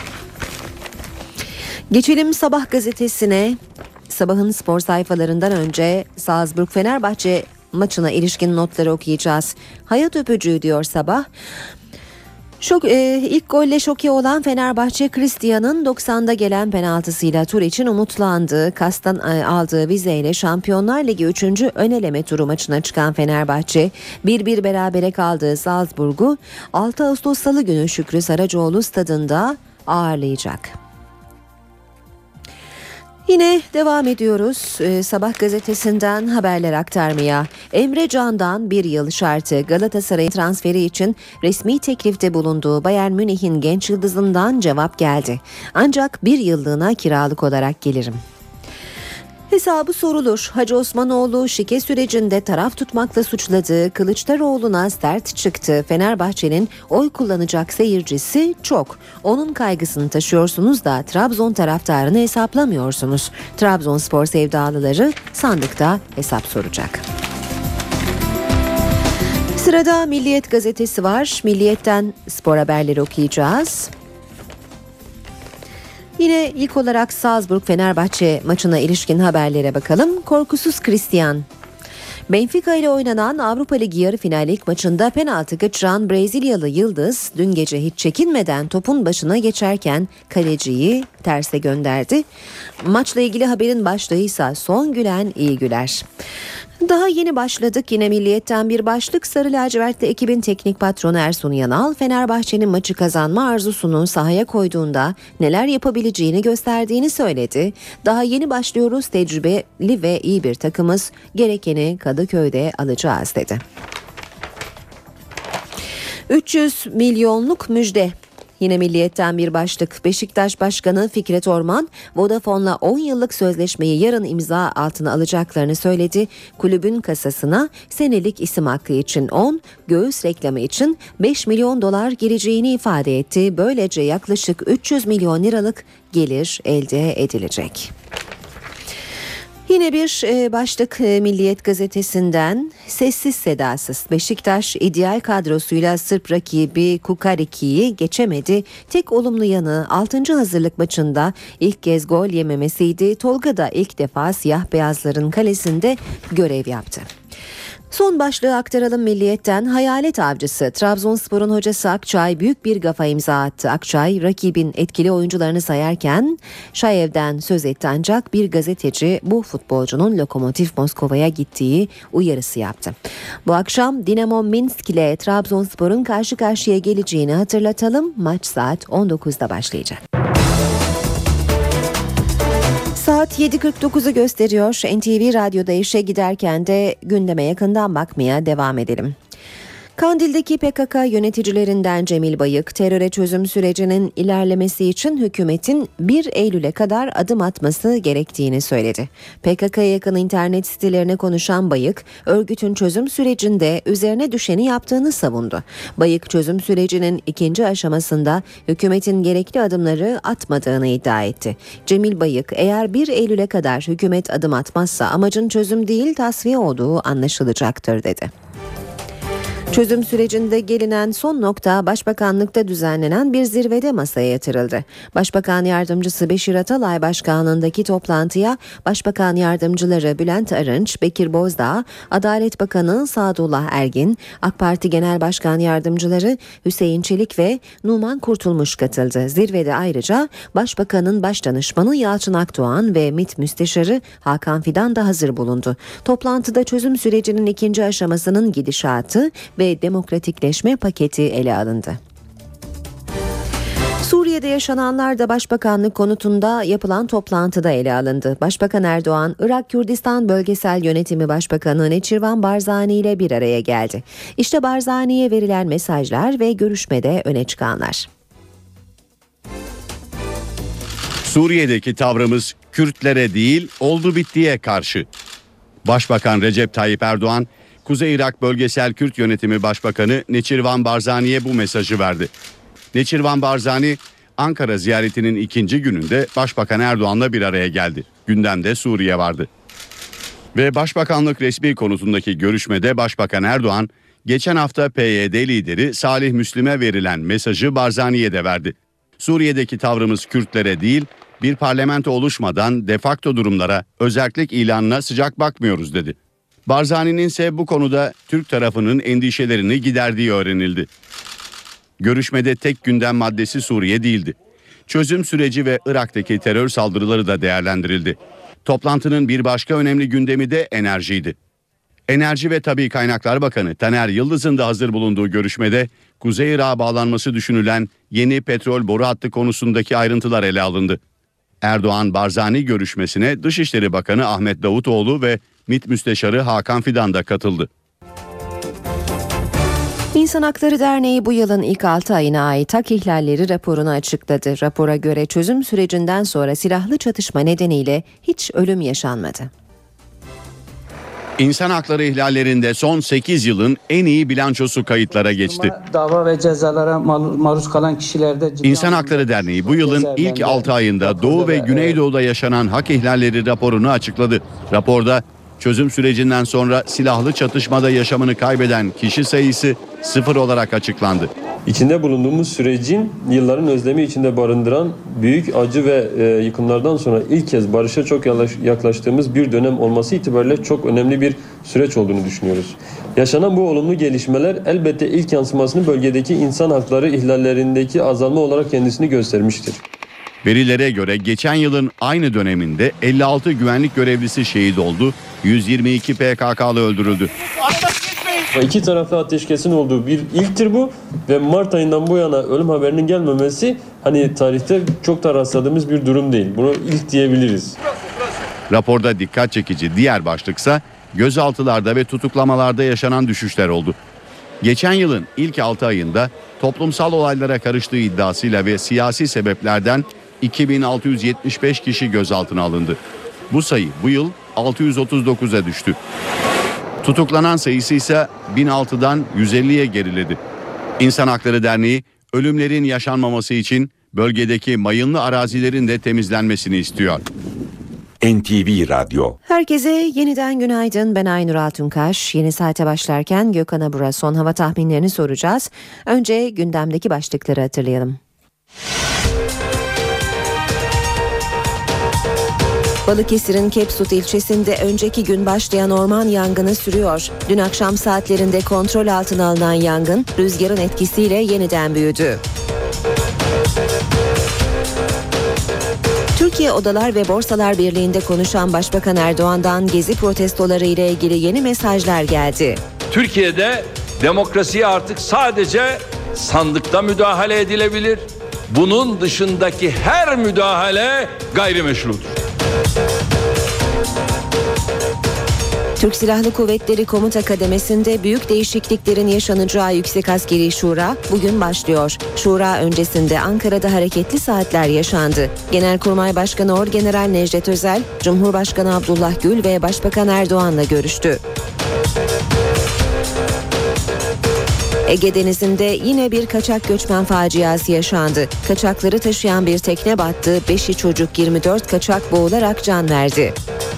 Geçelim Sabah gazetesine. Sabahın spor sayfalarından önce Salzburg Fenerbahçe maçına ilişkin notları okuyacağız. Hayat öpücüğü diyor Sabah. Şok, e, ilk golle şoke olan Fenerbahçe, Christian'ın doksanda gelen penaltısıyla tur için umutlandı. Kastan e, aldığı vizeyle Şampiyonlar Ligi üçüncü öneleme turu maçına çıkan Fenerbahçe, bir bir berabere kaldığı Salzburg'u altı Ağustos Salı günü Şükrü Saracoğlu stadında ağırlayacak. Yine devam ediyoruz ee, Sabah gazetesinden haberler aktarmaya. Emre Can'dan bir yıl şartı. Galatasaray transferi için resmi teklifte bulunduğu Bayern Münih'in genç yıldızından cevap geldi. Ancak bir yıllığına kiralık olarak gelirim. Hesabı sorulur. Hacı Osmanoğlu şike sürecinde taraf tutmakla suçladığı Kılıçdaroğlu'na sert çıktı. Fenerbahçe'nin oy kullanacak seyircisi çok. Onun kaygısını taşıyorsunuz da Trabzon taraftarını hesaplamıyorsunuz. Trabzonspor sevdalıları sandıkta hesap soracak. Sırada Milliyet gazetesi var. Milliyet'ten spor haberleri okuyacağız. Yine ilk olarak Salzburg-Fenerbahçe maçına ilişkin haberlere bakalım. Korkusuz Christian. Benfica ile oynanan Avrupa Ligi yarı final ilk maçında penaltı kaçıran Brezilyalı Yıldız dün gece hiç çekinmeden topun başına geçerken kaleciyi terse gönderdi. Maçla ilgili haberin başlığı ise son gülen iyi güler. Daha yeni başladık. Yine Milliyet'ten bir başlık. Sarı lacivertli ekibin teknik patronu Ersun Yanal, Fenerbahçe'nin maçı kazanma arzusunu sahaya koyduğunda neler yapabileceğini gösterdiğini söyledi. Daha yeni başlıyoruz, tecrübeli ve iyi bir takımız, gerekeni Kadıköy'de alacağız dedi. üç yüz milyonluk müjde. Yine Milliyet'ten bir başlık. Beşiktaş Başkanı Fikret Orman, Vodafone'la on yıllık sözleşmeyi yarın imza altına alacaklarını söyledi. Kulübün kasasına senelik isim hakkı için on, göğüs reklamı için beş milyon dolar gireceğini ifade etti. Böylece yaklaşık üç yüz milyon liralık gelir elde edilecek. Yine bir başlık Milliyet gazetesinden, sessiz sedasız Beşiktaş ideal kadrosuyla Sırp rakibi Kukariki'yi geçemedi. Tek olumlu yanı altıncı hazırlık maçında ilk kez gol yememesiydi. Tolga da ilk defa siyah beyazların kalesinde görev yaptı. Son başlığı aktaralım Milliyet'ten. Hayalet avcısı Trabzonspor'un hocası Akçay büyük bir gafa imza attı. Akçay rakibin etkili oyuncularını sayarken Şayev'den söz etti, ancak bir gazeteci bu futbolcunun Lokomotiv Moskova'ya gittiği uyarısı yaptı. Bu akşam Dinamo Minsk ile Trabzonspor'un karşı karşıya geleceğini hatırlatalım. Maç saat on dokuzda başlayacak. Saat yedi kırk dokuzu gösteriyor. N T V Radyo'da işe giderken de gündeme yakından bakmaya devam edelim. Kandil'deki P K K yöneticilerinden Cemil Bayık, teröre çözüm sürecinin ilerlemesi için hükümetin bir Eylül'e kadar adım atması gerektiğini söyledi. P K K'ya yakın internet sitelerine konuşan Bayık, örgütün çözüm sürecinde üzerine düşeni yaptığını savundu. Bayık, çözüm sürecinin ikinci aşamasında hükümetin gerekli adımları atmadığını iddia etti. Cemil Bayık, eğer bir Eylül'e kadar hükümet adım atmazsa amacın çözüm değil tasfiye olduğu anlaşılacaktır dedi. Çözüm sürecinde gelinen son nokta Başbakanlıkta düzenlenen bir zirvede masaya yatırıldı. Başbakan Yardımcısı Beşir Atalay başkanlığındaki toplantıya Başbakan Yardımcıları Bülent Arınç, Bekir Bozdağ, Adalet Bakanı Sadullah Ergin, AK Parti Genel Başkan Yardımcıları Hüseyin Çelik ve Numan Kurtulmuş katıldı. Zirvede ayrıca Başbakanın Başdanışmanı Yalçın Akdoğan ve MİT Müsteşarı Hakan Fidan da hazır bulundu. Toplantıda çözüm sürecinin ikinci aşamasının gidişatı ve demokratikleşme paketi ele alındı. Suriye'de yaşananlar da Başbakanlık konutunda yapılan toplantıda ele alındı. Başbakan Erdoğan, Irak Kürdistan Bölgesel Yönetimi Başbakanı Neçirvan Barzani ile bir araya geldi. İşte Barzani'ye verilen mesajlar ve görüşmede öne çıkanlar. Suriye'deki tavrımız Kürtlere değil, oldu bittiye karşı. Başbakan Recep Tayyip Erdoğan, Kuzey Irak Bölgesel Kürt Yönetimi Başbakanı Neçirvan Barzani'ye bu mesajı verdi. Neçirvan Barzani, Ankara ziyaretinin ikinci gününde Başbakan Erdoğan'la bir araya geldi. Gündemde Suriye vardı. Ve Başbakanlık resmi konutundaki görüşmede Başbakan Erdoğan, geçen hafta P Y D lideri Salih Müslim'e verilen mesajı Barzani'ye de verdi. Suriye'deki tavrımız Kürtlere değil, bir parlamento oluşmadan de facto durumlara, özellik ilanına sıcak bakmıyoruz dedi. Barzani'nin ise bu konuda Türk tarafının endişelerini giderdiği öğrenildi. Görüşmede tek gündem maddesi Suriye değildi. Çözüm süreci ve Irak'taki terör saldırıları da değerlendirildi. Toplantının bir başka önemli gündemi de enerjiydi. Enerji ve Tabii Kaynaklar Bakanı Taner Yıldız'ın da hazır bulunduğu görüşmede Kuzey Irak'a bağlanması düşünülen yeni petrol boru hattı konusundaki ayrıntılar ele alındı. Erdoğan-Barzani görüşmesine Dışişleri Bakanı Ahmet Davutoğlu ve MİT Müsteşarı Hakan Fidan da katıldı. İnsan Hakları Derneği bu yılın ilk altı ayına ait hak ihlalleri raporunu açıkladı. Rapora göre çözüm sürecinden sonra silahlı çatışma nedeniyle hiç ölüm yaşanmadı. İnsan hakları ihlallerinde son sekiz yılın en iyi bilançosu kayıtlara geçti. Dava ve cezalara maruz kalan kişilerde... İnsan Hakları Derneği bu yılın ilk altı ayında Doğu ve Güneydoğu'da yaşanan hak ihlalleri raporunu açıkladı. Raporda çözüm sürecinden sonra silahlı çatışmada yaşamını kaybeden kişi sayısı sıfır olarak açıklandı. İçinde bulunduğumuz sürecin yılların özlemi içinde barındıran büyük acı ve e, yıkımlardan sonra ilk kez barışa çok yaklaştığımız bir dönem olması itibariyle çok önemli bir süreç olduğunu düşünüyoruz. Yaşanan bu olumlu gelişmeler elbette ilk yansımasını bölgedeki insan hakları ihlallerindeki azalma olarak kendisini göstermiştir. Verilere göre geçen yılın aynı döneminde elli altı güvenlik görevlisi şehit oldu, yüz yirmi iki P K K'lı öldürüldü. İki taraflı ateşkesin olduğu bir ilktir bu ve Mart ayından bu yana ölüm haberinin gelmemesi hani tarihte çok da rastladığımız bir durum değil. Bunu ilk diyebiliriz. Raporda dikkat çekici diğer başlıksa gözaltılarda ve tutuklamalarda yaşanan düşüşler oldu. Geçen yılın ilk altı ayında toplumsal olaylara karıştığı iddiasıyla ve siyasi sebeplerden iki bin altı yüz yetmiş beş kişi gözaltına alındı. Bu sayı bu yıl altı yüz otuz dokuza düştü. Tutuklanan sayısı ise bin altıdan yüz elliye geriledi. İnsan Hakları Derneği ölümlerin yaşanmaması için bölgedeki mayınlı arazilerin de temizlenmesini istiyor. N T V Radyo. Herkese yeniden günaydın. Ben Aynur Altunkaş. Yeni saate başlarken Gökhan Abur'a son hava tahminlerini soracağız. Önce gündemdeki başlıkları hatırlayalım. Balıkesir'in Kepsut ilçesinde önceki gün başlayan orman yangını sürüyor. Dün akşam saatlerinde kontrol altına alınan yangın rüzgarın etkisiyle yeniden büyüdü. Türkiye Odalar ve Borsalar Birliği'nde konuşan Başbakan Erdoğan'dan gezi protestoları ile ilgili yeni mesajlar geldi. Türkiye'de demokrasiye artık sadece sandıkta müdahale edilebilir. Bunun dışındaki her müdahale gayrimeşrudur. Türk Silahlı Kuvvetleri Komuta Kademesi'nde büyük değişikliklerin yaşanacağı Yüksek Askeri Şura bugün başlıyor. Şura öncesinde Ankara'da hareketli saatler yaşandı. Genelkurmay Başkanı Orgeneral Necdet Özel, Cumhurbaşkanı Abdullah Gül ve Başbakan Erdoğan'la görüştü. Ege Denizi'nde yine bir kaçak göçmen faciası yaşandı. Kaçakları taşıyan bir tekne battı, beşi çocuk yirmi dört kaçak boğularak can verdi.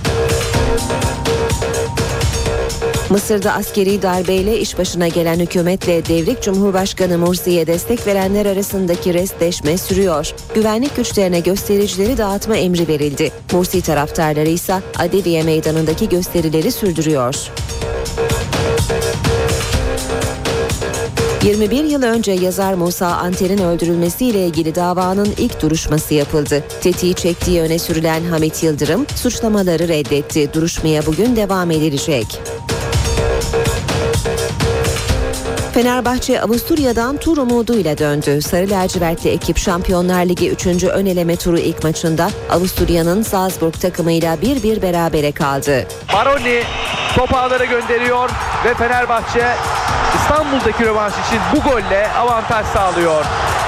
Mısır'da askeri darbeyle iş başına gelen hükümetle devrik Cumhurbaşkanı Mursi'ye destek verenler arasındaki restleşme sürüyor. Güvenlik güçlerine göstericileri dağıtma emri verildi. Mursi taraftarları ise Adeviye Meydanı'ndaki gösterileri sürdürüyor. yirmi bir yıl önce yazar Musa Anter'in öldürülmesiyle ilgili davanın ilk duruşması yapıldı. Tetiği çektiği öne sürülen Hamit Yıldırım suçlamaları reddetti. Duruşmaya bugün devam edilecek. Fenerbahçe Avusturya'dan tur umuduyla döndü. Sarı lacivertli ekip Şampiyonlar Ligi üçüncü ön eleme turu ilk maçında Avusturya'nın Salzburg takımıyla bir bir berabere kaldı. Maroni topu ağlara gönderiyor ve Fenerbahçe İstanbul'daki rövanş için bu golle avantaj sağlıyor.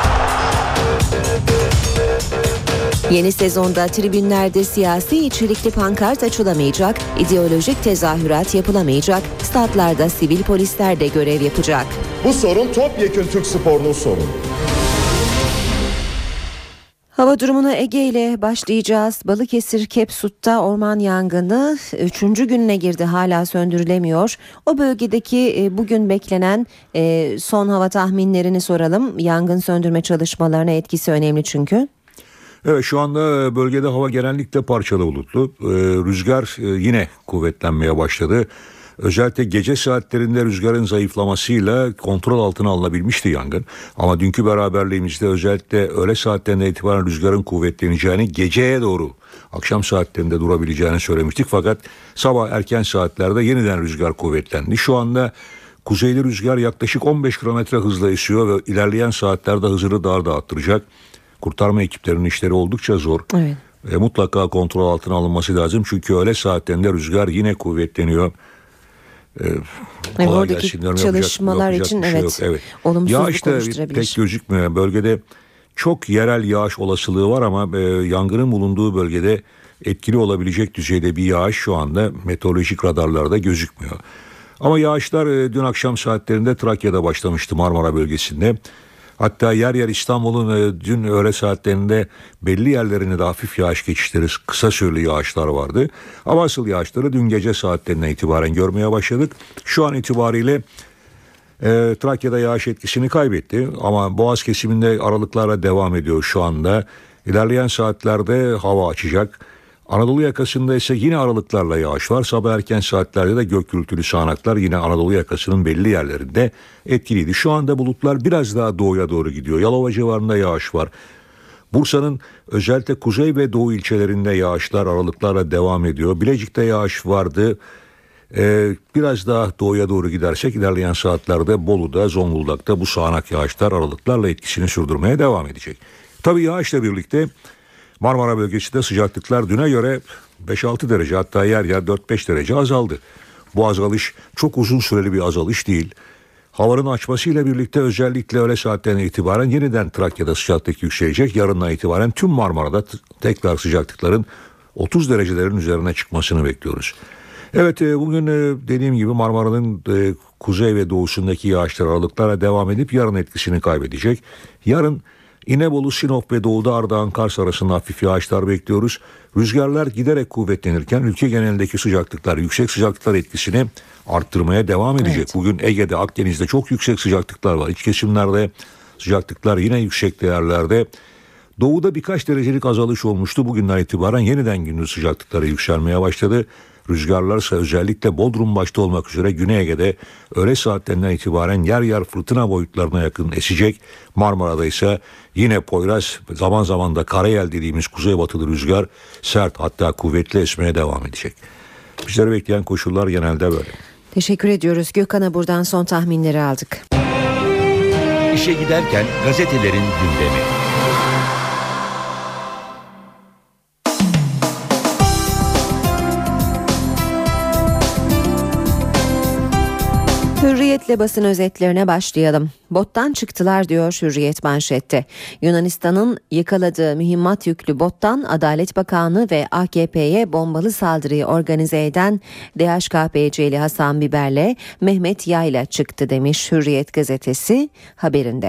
Yeni sezonda tribünlerde siyasi içerikli pankart açılamayacak, ideolojik tezahürat yapılamayacak, statlarda sivil polisler de görev yapacak. Bu sorun topyekün Türk sporunun sorunu. Hava durumuna Ege ile başlayacağız. Balıkesir Kepsut'ta orman yangını üçüncü gününe girdi, hala söndürülemiyor. O bölgedeki bugün beklenen son hava tahminlerini soralım. Yangın söndürme çalışmalarına etkisi önemli çünkü. Evet, şu anda bölgede hava genellikle parçalı bulutlu. Ee, rüzgar e, yine kuvvetlenmeye başladı. Özellikle gece saatlerinde rüzgarın zayıflamasıyla kontrol altına alınabilmişti yangın. Ama dünkü beraberliğimizde özellikle öğle saatlerinde itibaren rüzgarın kuvvetleneceğini, geceye doğru akşam saatlerinde durabileceğini söylemiştik. Fakat sabah erken saatlerde yeniden rüzgar kuvvetlendi. Şu anda kuzeyli rüzgar yaklaşık on beş kilometre hızla esiyor ve ilerleyen saatlerde hızını daha da arttıracak. Kurtarma ekiplerinin işleri oldukça zor. Evet. E, mutlaka kontrol altına alınması lazım. Çünkü öğle saatlerinde rüzgar yine kuvvetleniyor. E, evet, oradaki çalışmalar yapacak, yapacak için şey evet, evet. olumsuzluk yağış da pek gözükmüyor. Bölgede çok yerel yağış olasılığı var ama e, yangının bulunduğu bölgede etkili olabilecek düzeyde bir yağış şu anda meteorolojik radarlarda gözükmüyor. Ama yağışlar e, dün akşam saatlerinde Trakya'da başlamıştı, Marmara bölgesinde. Hatta yer yer İstanbul'un e, dün öğle saatlerinde belli yerlerinde de hafif yağış geçişleri, kısa süreli yağışlar vardı. Ama asıl yağışları dün gece saatlerinden itibaren görmeye başladık. Şu an itibariyle e, Trakya'da yağış etkisini kaybetti. Ama Boğaz kesiminde aralıklarla devam ediyor şu anda. İlerleyen saatlerde hava açacak. Anadolu yakasında ise yine aralıklarla yağış var. Sabah erken saatlerde de gök gürültülü sağanaklar yine Anadolu yakasının belli yerlerinde etkiliydi. Şu anda bulutlar biraz daha doğuya doğru gidiyor. Yalova civarında yağış var. Bursa'nın özellikle kuzey ve doğu ilçelerinde yağışlar aralıklarla devam ediyor. Bilecik'te yağış vardı. Ee, biraz daha doğuya doğru gidersek ilerleyen saatlerde Bolu'da, Zonguldak'ta bu sağanak yağışlar aralıklarla etkisini sürdürmeye devam edecek. Tabii yağışla birlikte Marmara bölgesinde sıcaklıklar düne göre beş altı derece, hatta yer yer dört beş derece azaldı. Bu azalış çok uzun süreli bir azalış değil. Havanın açmasıyla birlikte özellikle öğle saatlerine itibaren yeniden Trakya'da sıcaklık yükselecek. Yarından itibaren tüm Marmara'da t- tekrar sıcaklıkların otuz derecelerin üzerine çıkmasını bekliyoruz. Evet, bugün dediğim gibi Marmara'nın kuzey ve doğusundaki yağışlar aralıklarla devam edip yarın etkisini kaybedecek. Yarın İnebolu, Sinop ve doğuda Ardahan, Kars arasında hafif yağışlar bekliyoruz. Rüzgarlar giderek kuvvetlenirken ülke genelindeki sıcaklıklar, yüksek sıcaklıklar etkisini arttırmaya devam edecek. Evet. Bugün Ege'de, Akdeniz'de çok yüksek sıcaklıklar var. İç kesimlerde sıcaklıklar yine yüksek değerlerde. Doğuda birkaç derecelik azalış olmuştu. Bugünden itibaren yeniden gündüz sıcaklıkları yükselmeye başladı. Rüzgarlar ise özellikle Bodrum başta olmak üzere Güney Ege'de öğle saatlerinden itibaren yer yer fırtına boyutlarına yakın esecek. Marmara'da ise yine Poyraz, zaman zaman da Karayel dediğimiz kuzeybatılı rüzgar sert, hatta kuvvetli esmeye devam edecek. Bizleri bekleyen koşullar genelde böyle. Teşekkür ediyoruz. Gökhan'a buradan son tahminleri aldık. İşe giderken gazetelerin gündemi. Hürriyetle basın özetlerine başlayalım. Bottan çıktılar diyor Hürriyet manşette. Yunanistan'ın yakaladığı mühimmat yüklü bottan Adalet Bakanı ve A K P'ye bombalı saldırıyı organize eden D H K P C'li Hasan Biber'le Mehmet Yayla çıktı demiş Hürriyet gazetesi haberinde.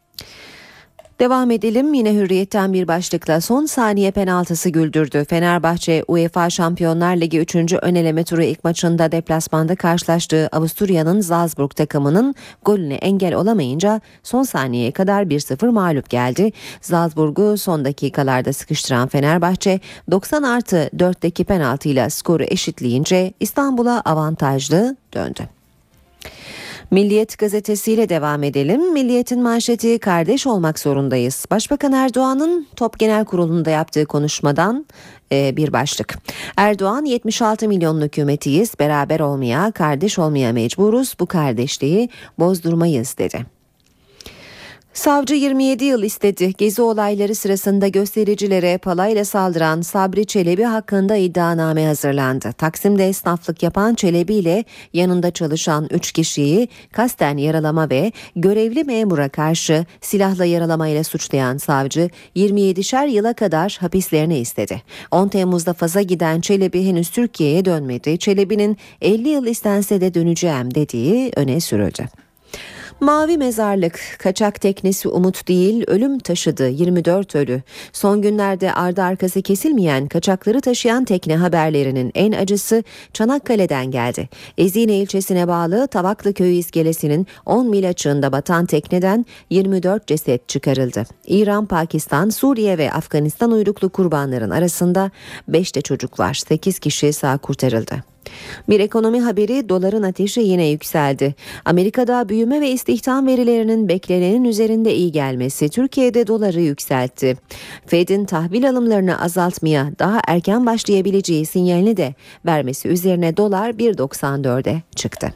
Devam edelim, yine Hürriyet'ten bir başlıkla son saniye penaltısı güldürdü. Fenerbahçe UEFA Şampiyonlar Ligi üçüncü ön eleme turu ilk maçında deplasmanda karşılaştığı Avusturya'nın Salzburg takımının golüne engel olamayınca son saniyeye kadar bir sıfır mağlup geldi. Salzburg'u son dakikalarda sıkıştıran Fenerbahçe doksan artı dörtteki penaltıyla skoru eşitleyince İstanbul'a avantajlı döndü. Milliyet gazetesiyle devam edelim. Milliyet'in manşeti kardeş olmak zorundayız. Başbakan Erdoğan'ın Top Genel Kurulu'nda yaptığı konuşmadan e, bir başlık. Erdoğan yetmiş altı milyonlu hükümetiyiz. Beraber olmaya, kardeş olmaya mecburuz. Bu kardeşliği bozdurmayız dedi. Savcı yirmi yedi yıl istedi. Gezi olayları sırasında göstericilere palayla saldıran Sabri Çelebi hakkında iddianame hazırlandı. Taksim'de esnaflık yapan Çelebi ile yanında çalışan üç kişiyi kasten yaralama ve görevli memura karşı silahla yaralamayla suçlayan savcı yirmi yedişer yıla kadar hapislerini istedi. on Temmuz'da Fas'a giden Çelebi henüz Türkiye'ye dönmedi. Çelebi'nin elli yıl istense de döneceğim dediği öne sürüldü. Mavi mezarlık, kaçak teknesi umut değil ölüm taşıdı, yirmi dört ölü. Son günlerde ardı arkası kesilmeyen kaçakları taşıyan tekne haberlerinin en acısı Çanakkale'den geldi. Ezine ilçesine bağlı Tavaklı Köyü iskelesinin on mil açığında batan tekneden yirmi dört ceset çıkarıldı. İran, Pakistan, Suriye ve Afganistan uyruklu kurbanların arasında beş de çocuk var. sekiz kişi sağ kurtarıldı. Bir ekonomi haberi, doların ateşi yine yükseldi. Amerika'da büyüme ve istihdam verilerinin beklenenin üzerinde iyi gelmesi Türkiye'de doları yükseltti. Fed'in tahvil alımlarını azaltmaya daha erken başlayabileceği sinyalini de vermesi üzerine dolar bir virgül doksan dörde çıktı.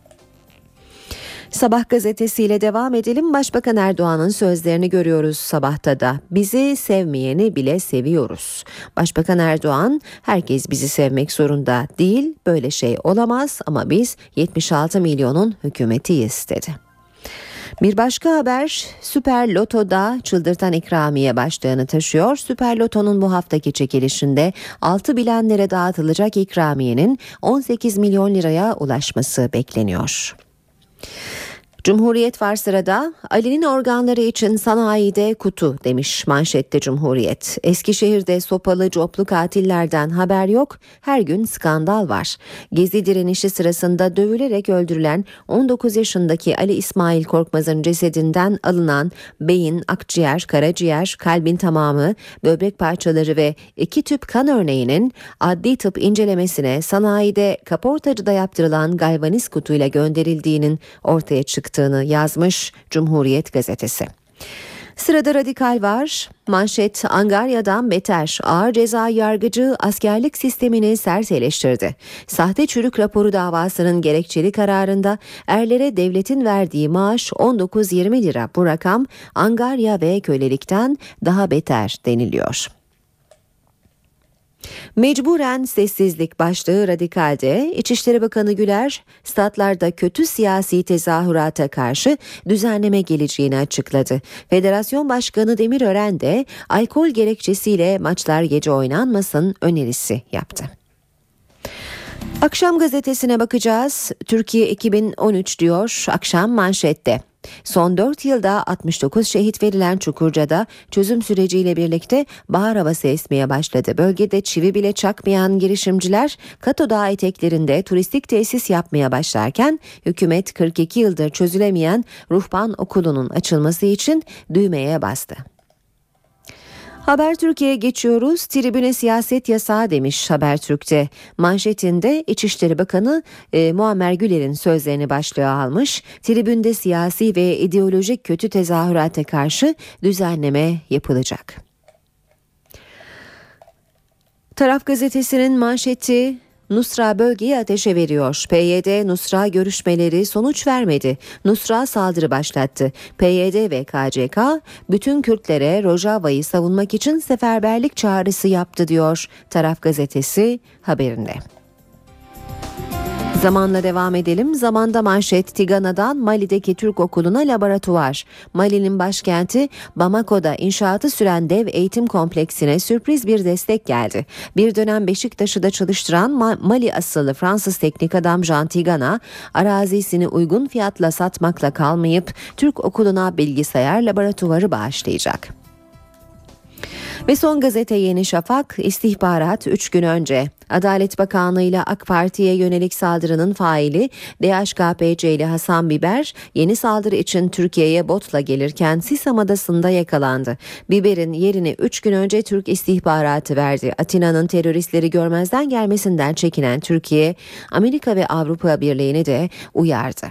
Sabah gazetesiyle devam edelim. Başbakan Erdoğan'ın sözlerini görüyoruz Sabah'ta da. Bizi sevmeyeni bile seviyoruz. Başbakan Erdoğan, herkes bizi sevmek zorunda değil, böyle şey olamaz ama biz yetmiş altı milyonun hükümetiyiz dedi. Bir başka haber, Süper Loto'da çıldırtan ikramiye başlığını taşıyor. Süper Loto'nun bu haftaki çekilişinde altı bilenlere dağıtılacak ikramiyenin on sekiz milyon liraya ulaşması bekleniyor. Cumhuriyet var sırada. Ali'nin organları için sanayide kutu demiş manşette Cumhuriyet. Eskişehir'de sopalı coplu katillerden haber yok. Her gün skandal var. Gezi direnişi sırasında dövülerek öldürülen on dokuz yaşındaki Ali İsmail Korkmaz'ın cesedinden alınan beyin, akciğer, karaciğer, kalbin tamamı, böbrek parçaları ve iki tüp kan örneğinin adli tıp incelemesine sanayide kaportacıda yaptırılan galvaniz kutuyla gönderildiğinin ortaya çıktı yazmış Cumhuriyet gazetesi. Sırada Radikal var. Manşet Angarya'dan beter. Ağır ceza yargıcı askerlik sistemini sert eleştirdi. Sahte çürük raporu davasının gerekçeli kararında erlere devletin verdiği maaş on dokuz yirmi lira. Bu rakam angarya ve kölelikten daha beter deniliyor. Mecburen sessizlik başlığı Radikal'de. İçişleri Bakanı Güler, statlarda kötü siyasi tezahürata karşı düzenleme geleceğini açıkladı. Federasyon Başkanı Demirören de alkol gerekçesiyle maçlar gece oynanmasın önerisi yaptı. Akşam gazetesine bakacağız. Türkiye iki bin on üç diyor akşam manşette. Son dört yılda altmış dokuz şehit verilen Çukurca'da çözüm süreciyle birlikte bahar havası esmeye başladı. Bölgede çivi bile çakmayan girişimciler Kato Dağı eteklerinde turistik tesis yapmaya başlarken hükümet kırk iki yıldır çözülemeyen Ruhban Okulu'nun açılması için düğmeye bastı. Habertürk'e geçiyoruz. Tribüne siyaset yasağı demiş Habertürk'te. Manşetinde İçişleri Bakanı e, Muammer Güler'in sözlerini başlığa almış. Tribünde siyasi ve ideolojik kötü tezahürata karşı düzenleme yapılacak. Taraf gazetesinin manşeti Nusra bölgeyi ateşe veriyor. P Y D Nusra görüşmeleri sonuç vermedi. Nusra saldırı başlattı. P Y D ve K C K bütün Kürtlere Rojava'yı savunmak için seferberlik çağrısı yaptı diyor Taraf gazetesi haberinde. Zamanla devam edelim. Zamanda manşet Tigana'dan Mali'deki Türk okuluna laboratuvar. Mali'nin başkenti Bamako'da inşaatı süren dev eğitim kompleksine sürpriz bir destek geldi. Bir dönem Beşiktaş'ı çalıştıran Mali asıllı Fransız teknik adam Jean Tigana, arazisini uygun fiyatla satmakla kalmayıp Türk okuluna bilgisayar laboratuvarı bağışlayacak. Ve son gazete Yeni Şafak, istihbarat üç gün önce Adalet Bakanlığı ile AK Parti'ye yönelik saldırının faili D H K P C'li Hasan Biber yeni saldırı için Türkiye'ye botla gelirken Sisam Adası'nda yakalandı. Biber'in yerini üç gün önce Türk istihbaratı verdi. Atina'nın teröristleri görmezden gelmesinden çekinen Türkiye, Amerika ve Avrupa Birliği'ni de uyardı.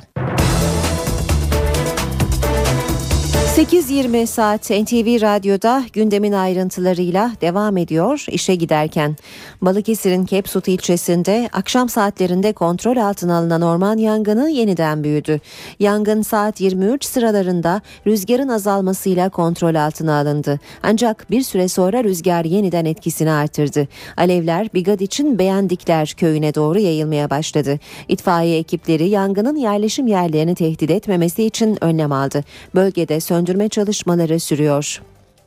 sekiz yirmi saat N T V Radyo'da gündemin ayrıntılarıyla devam ediyor. İşe giderken Balıkesir'in Kepsut ilçesinde akşam saatlerinde kontrol altına alınan orman yangını yeniden büyüdü. Yangın saat yirmi üç sıralarında rüzgarın azalmasıyla kontrol altına alındı. Ancak bir süre sonra rüzgar yeniden etkisini artırdı. Alevler Bigadiç'in Beğendikler köyüne doğru yayılmaya başladı. İtfaiye ekipleri yangının yerleşim yerlerini tehdit etmemesi için önlem aldı. Bölgede söndürme Söndürme çalışmaları sürüyor.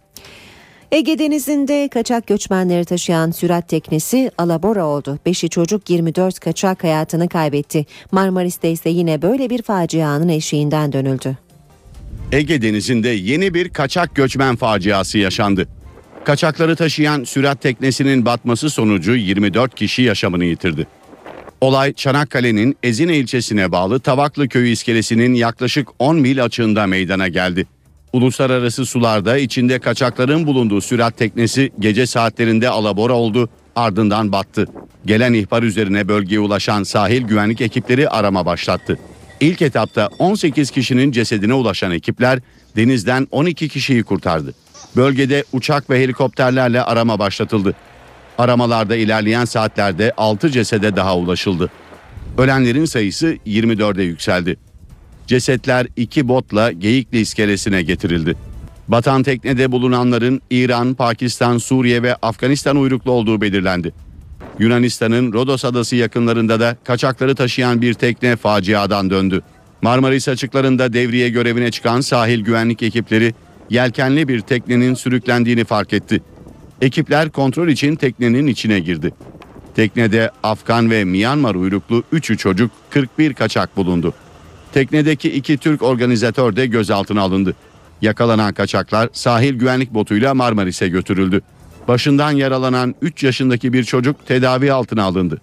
Ege Denizi'nde kaçak göçmenleri taşıyan sürat teknesi alabora oldu. beşi çocuk yirmi dört kaçak hayatını kaybetti. Marmaris'te ise yine böyle bir facianın eşiğinden dönüldü. Ege Denizi'nde yeni bir kaçak göçmen faciası yaşandı. Kaçakları taşıyan sürat teknesinin batması sonucu yirmi dört kişi yaşamını yitirdi. Olay Çanakkale'nin Ezine ilçesine bağlı Tavaklı Köyü iskelesinin yaklaşık on mil açığında meydana geldi. Uluslararası sularda içinde kaçakların bulunduğu sürat teknesi gece saatlerinde alabora oldu, ardından battı. Gelen ihbar üzerine bölgeye ulaşan sahil güvenlik ekipleri arama başlattı. İlk etapta on sekiz kişinin cesedine ulaşan ekipler denizden on iki kişiyi kurtardı. Bölgede uçak ve helikopterlerle arama başlatıldı. Aramalarda ilerleyen saatlerde altı cesede daha ulaşıldı. Ölenlerin sayısı yirmi dörde yükseldi. Cesetler iki botla Geyikli iskelesine getirildi. Batan teknede bulunanların İran, Pakistan, Suriye ve Afganistan uyruklu olduğu belirlendi. Yunanistan'ın Rodos adası yakınlarında da kaçakları taşıyan bir tekne faciadan döndü. Marmaris açıklarında devriye görevine çıkan sahil güvenlik ekipleri yelkenli bir teknenin sürüklendiğini fark etti. Ekipler kontrol için teknenin içine girdi. Teknede Afgan ve Myanmar uyruklu üçü çocuk, kırk bir kaçak bulundu. Teknedeki iki Türk organizatör de gözaltına alındı. Yakalanan kaçaklar sahil güvenlik botuyla Marmaris'e götürüldü. Başından yaralanan üç yaşındaki bir çocuk tedavi altına alındı.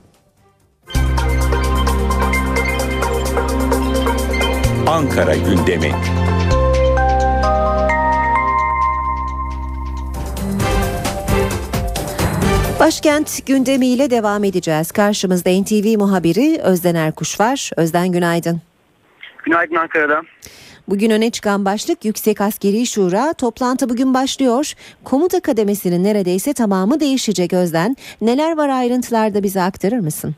Ankara gündemi. Başkent gündemiyle devam edeceğiz. Karşımızda N T V muhabiri Özden Erkuş var. Özden günaydın. Günaydın Ankara'da. Bugün öne çıkan başlık Yüksek Askeri Şura. Toplantı bugün başlıyor. Komuta kademesinin neredeyse tamamı değişecek Özden. Neler var ayrıntılarda bize aktarır mısın?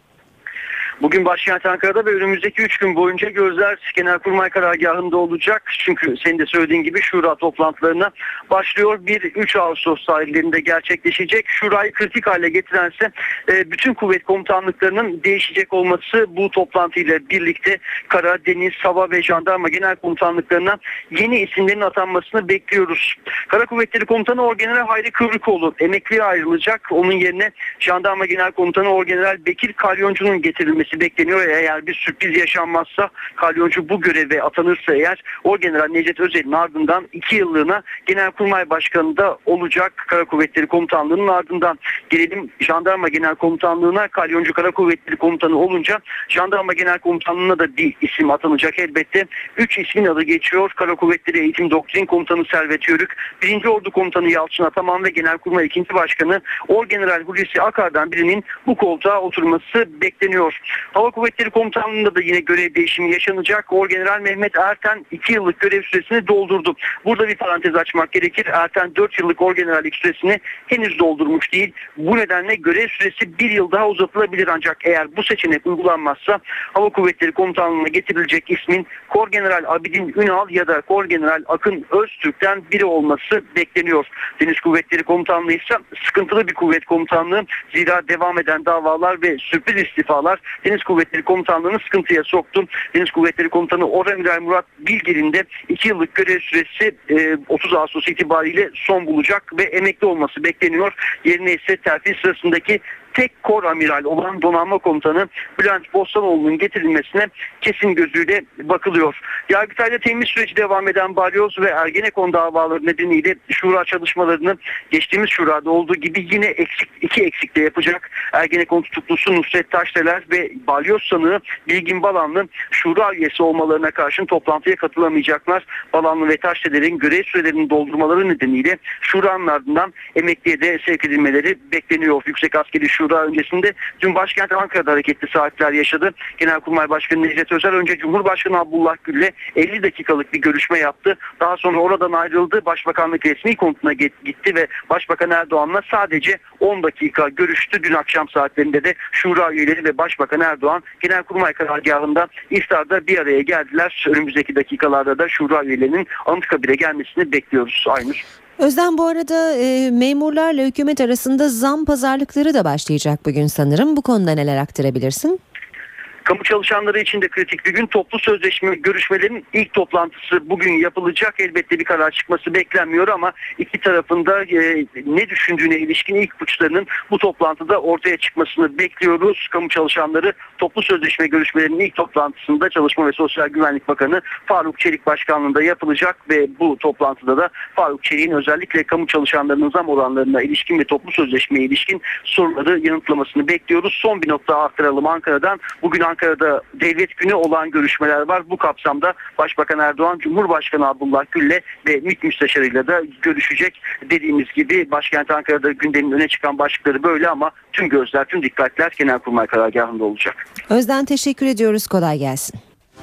Bugün başkent Ankara'da ve önümüzdeki üç gün boyunca gözler Genelkurmay karargahında olacak. Çünkü senin de söylediğin gibi şura toplantılarına başlıyor. bir üç Ağustos tarihlerinde gerçekleşecek. Şurayı kritik hale getirense bütün kuvvet komutanlıklarının değişecek olması. Bu toplantıyla birlikte kara, deniz, hava ve jandarma genel komutanlıklarına yeni isimlerin atanmasını bekliyoruz. Kara Kuvvetleri Komutanı Orgeneral Hayri Kıvrıkoğlu emekliye ayrılacak. Onun yerine Jandarma Genel Komutanı Orgeneral Bekir Kalyoncu'nun getirilmesi bekleniyor. Eğer bir sürpriz yaşanmazsa, Kalyoncu bu göreve atanırsa eğer, Orgeneral Necdet Özel'in ardından iki yıllığına Genelkurmay Başkanı da olacak. Kara Kuvvetleri Komutanlığı'nın ardından gelelim Jandarma Genel Komutanlığı'na. Kalyoncu Kara Kuvvetleri Komutanı olunca Jandarma Genel Komutanlığı'na da bir isim atanacak elbette. Üç ismin adı geçiyor. Kara Kuvvetleri Eğitim Doktrin Komutanı Servet Yörük, birinci Ordu Komutanı Yalçın Ataman ve Genelkurmay ikinci Başkanı Orgeneral Hulusi Akar'dan birinin bu koltuğa oturması bekleniyor. Hava Kuvvetleri Komutanlığı'nda da yine görev değişimi yaşanacak. Orgeneral Mehmet Erten iki yıllık görev süresini doldurdu. Burada bir parantez açmak gerekir. Erten dört yıllık orgenerallik süresini henüz doldurmuş değil. Bu nedenle görev süresi bir yıl daha uzatılabilir, ancak eğer bu seçenek uygulanmazsa Hava Kuvvetleri Komutanlığı'na getirilecek ismin Korgeneral Abidin Ünal ya da Korgeneral Akın Öztürk'ten biri olması bekleniyor. Deniz Kuvvetleri Komutanlığı ise sıkıntılı bir kuvvet komutanlığı. Zira devam eden davalar ve sürpriz istifalar Deniz Kuvvetleri Komutanlığı'nı sıkıntıya soktu. Deniz Kuvvetleri Komutanı Orgeneral Murat Bilger'in de iki yıllık görev süresi otuz Ağustos itibariyle son bulacak ve emekli olması bekleniyor. Yerine ise terfi sırasındaki tek kor amiral olan Donanma Komutanı Bülent Bostanoğlu'nun getirilmesine kesin gözüyle bakılıyor. Yargıtay'da temiz süreci devam eden Balyoz ve Ergenekon davaları nedeniyle şura çalışmalarını geçtiğimiz şurada olduğu gibi yine eksik, iki eksikle yapacak. Ergenekon tutuklusu Nusret Taşdeler ve Balyoz sanığı Bilgin Balanlı şura üyesi olmalarına karşın toplantıya katılamayacaklar. Balanlı ve Taşdeler'in görev sürelerini doldurmaları nedeniyle şuranın ardından emekliye de sevk edilmeleri bekleniyor. Yüksek Askeri Şura öncesinde dün başkent Ankara'da hareketli saatler yaşadı. Genelkurmay Başkanı Necdet Özel önce Cumhurbaşkanı Abdullah Gül'le elli dakikalık bir görüşme yaptı. Daha sonra oradan ayrıldı. Başbakanlık resmi konutuna gitti ve Başbakan Erdoğan'la sadece on dakika görüştü. Dün akşam saatlerinde de şura üyeleri ve Başbakan Erdoğan Genelkurmay karargahında iftarda bir araya geldiler. Önümüzdeki dakikalarda da şura üyelerinin Anıtkabir'e gelmesini bekliyoruz. Aynur. Özlem, bu arada e, memurlarla hükümet arasında zam pazarlıkları da başlayacak bugün sanırım. Bu konuda neler aktarabilirsin? Kamu çalışanları için de kritik bir gün. Toplu sözleşme görüşmelerinin ilk toplantısı bugün yapılacak. Elbette bir karar çıkması beklenmiyor ama iki tarafında e, ne düşündüğüne ilişkin ilk ipuçlarının bu toplantıda ortaya çıkmasını bekliyoruz. Kamu çalışanları toplu sözleşme görüşmelerinin ilk toplantısında Çalışma ve Sosyal Güvenlik Bakanı Faruk Çelik başkanlığında yapılacak ve bu toplantıda da Faruk Çelik'in özellikle kamu çalışanlarının zam oranlarına ilişkin ve toplu sözleşmeye ilişkin soruları yanıtlamasını bekliyoruz. Son bir nokta aktaralım Ankara'dan. Bugün Ankara'da devlet günü olan görüşmeler var. Bu kapsamda Başbakan Erdoğan, Cumhurbaşkanı Abdullah Gül'le ve MİT Müsteşarı'yla da görüşecek. Dediğimiz gibi başkent Ankara'da gündemin öne çıkan başlıkları böyle ama tüm gözler, tüm dikkatler Genelkurmay karargahında olacak. Özden, teşekkür ediyoruz. Kolay gelsin.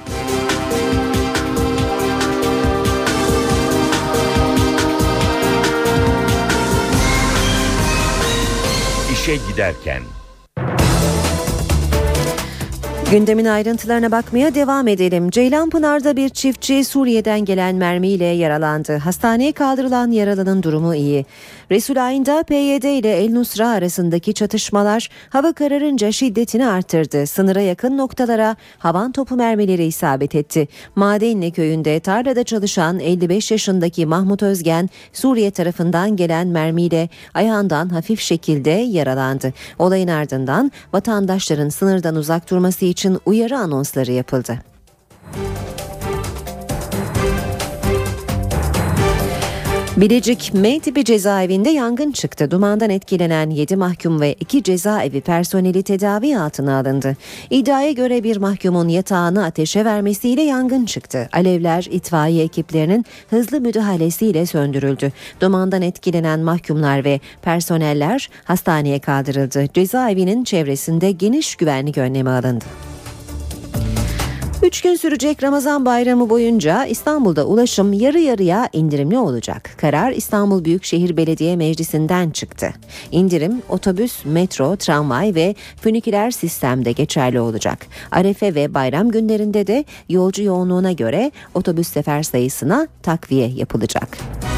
İşe giderken. Gündemin ayrıntılarına bakmaya devam edelim. Ceylanpınar'da bir çiftçi Suriye'den gelen mermiyle yaralandı. Hastaneye kaldırılan yaralının durumu iyi. Resulayn'da P Y D ile El Nusra arasındaki çatışmalar hava kararınca şiddetini arttırdı. Sınıra yakın noktalara havan topu mermileri isabet etti. Madenli köyünde tarlada çalışan elli beş yaşındaki Mahmut Özgen Suriye tarafından gelen mermiyle ayağından hafif şekilde yaralandı. Olayın ardından vatandaşların sınırdan uzak durması için uyarı anonsları yapıldı. Bilecik M tipi cezaevinde yangın çıktı. Dumandan etkilenen yedi mahkum ve iki cezaevi personeli tedavi altına alındı. İddiaya göre bir mahkumun yatağını ateşe vermesiyle yangın çıktı. Alevler itfaiye ekiplerinin hızlı müdahalesiyle söndürüldü. Dumandan etkilenen mahkumlar ve personeller hastaneye kaldırıldı. Cezaevinin çevresinde geniş güvenlik önlemi alındı. Üç gün sürecek Ramazan bayramı boyunca İstanbul'da ulaşım yarı yarıya indirimli olacak. Karar İstanbul Büyükşehir Belediye Meclisi'nden çıktı. İndirim otobüs, metro, tramvay ve füniküler sistemde geçerli olacak. Arefe ve bayram günlerinde de yolcu yoğunluğuna göre otobüs sefer sayısına takviye yapılacak.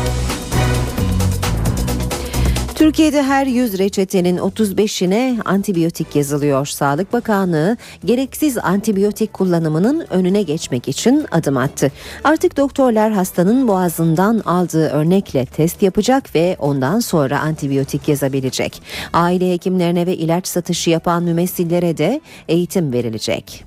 Türkiye'de her yüz reçetenin otuz beşine antibiyotik yazılıyor. Sağlık Bakanlığı gereksiz antibiyotik kullanımının önüne geçmek için adım attı. Artık doktorlar hastanın boğazından aldığı örnekle test yapacak ve ondan sonra antibiyotik yazabilecek. Aile hekimlerine ve ilaç satışı yapan mümessillere de eğitim verilecek.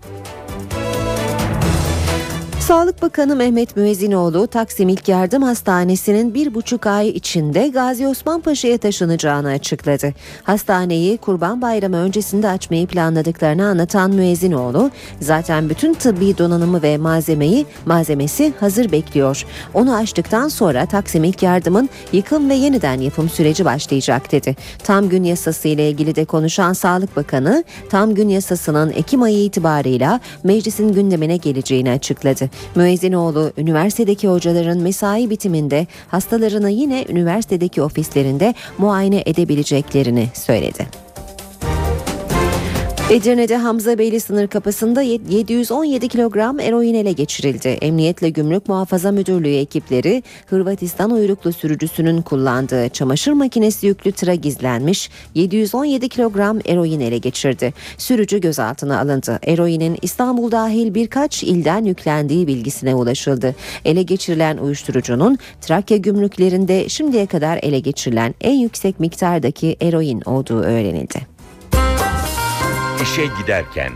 Sağlık Bakanı Mehmet Müezzinoğlu, Taksim İlk Yardım Hastanesi'nin bir buçuk ay içinde Gazi Osman Paşa'ya taşınacağını açıkladı. Hastaneyi Kurban Bayramı öncesinde açmayı planladıklarını anlatan Müezzinoğlu, zaten bütün tıbbi donanımı ve malzemeyi malzemesi hazır bekliyor. Onu açtıktan sonra Taksim İlk Yardım'ın yıkım ve yeniden yapım süreci başlayacak dedi. Tam gün yasası ile ilgili de konuşan Sağlık Bakanı, tam gün yasasının Ekim ayı itibarıyla meclisin gündemine geleceğini açıkladı. Müezzinoğlu, üniversitedeki hocaların mesai bitiminde hastalarını yine üniversitedeki ofislerinde muayene edebileceklerini söyledi. Edirne'de Hamza Beyli sınır kapısında yedi yüz on yedi kilogram eroin ele geçirildi. Emniyetle Gümrük Muhafaza Müdürlüğü ekipleri Hırvatistan uyruklu sürücüsünün kullandığı çamaşır makinesi yüklü tıra gizlenmiş yedi yüz on yedi kilogram eroin ele geçirdi. Sürücü gözaltına alındı. Eroinin İstanbul dahil birkaç ilden yüklendiği bilgisine ulaşıldı. Ele geçirilen uyuşturucunun Trakya gümrüklerinde şimdiye kadar ele geçirilen en yüksek miktardaki eroin olduğu öğrenildi. İşe giderken.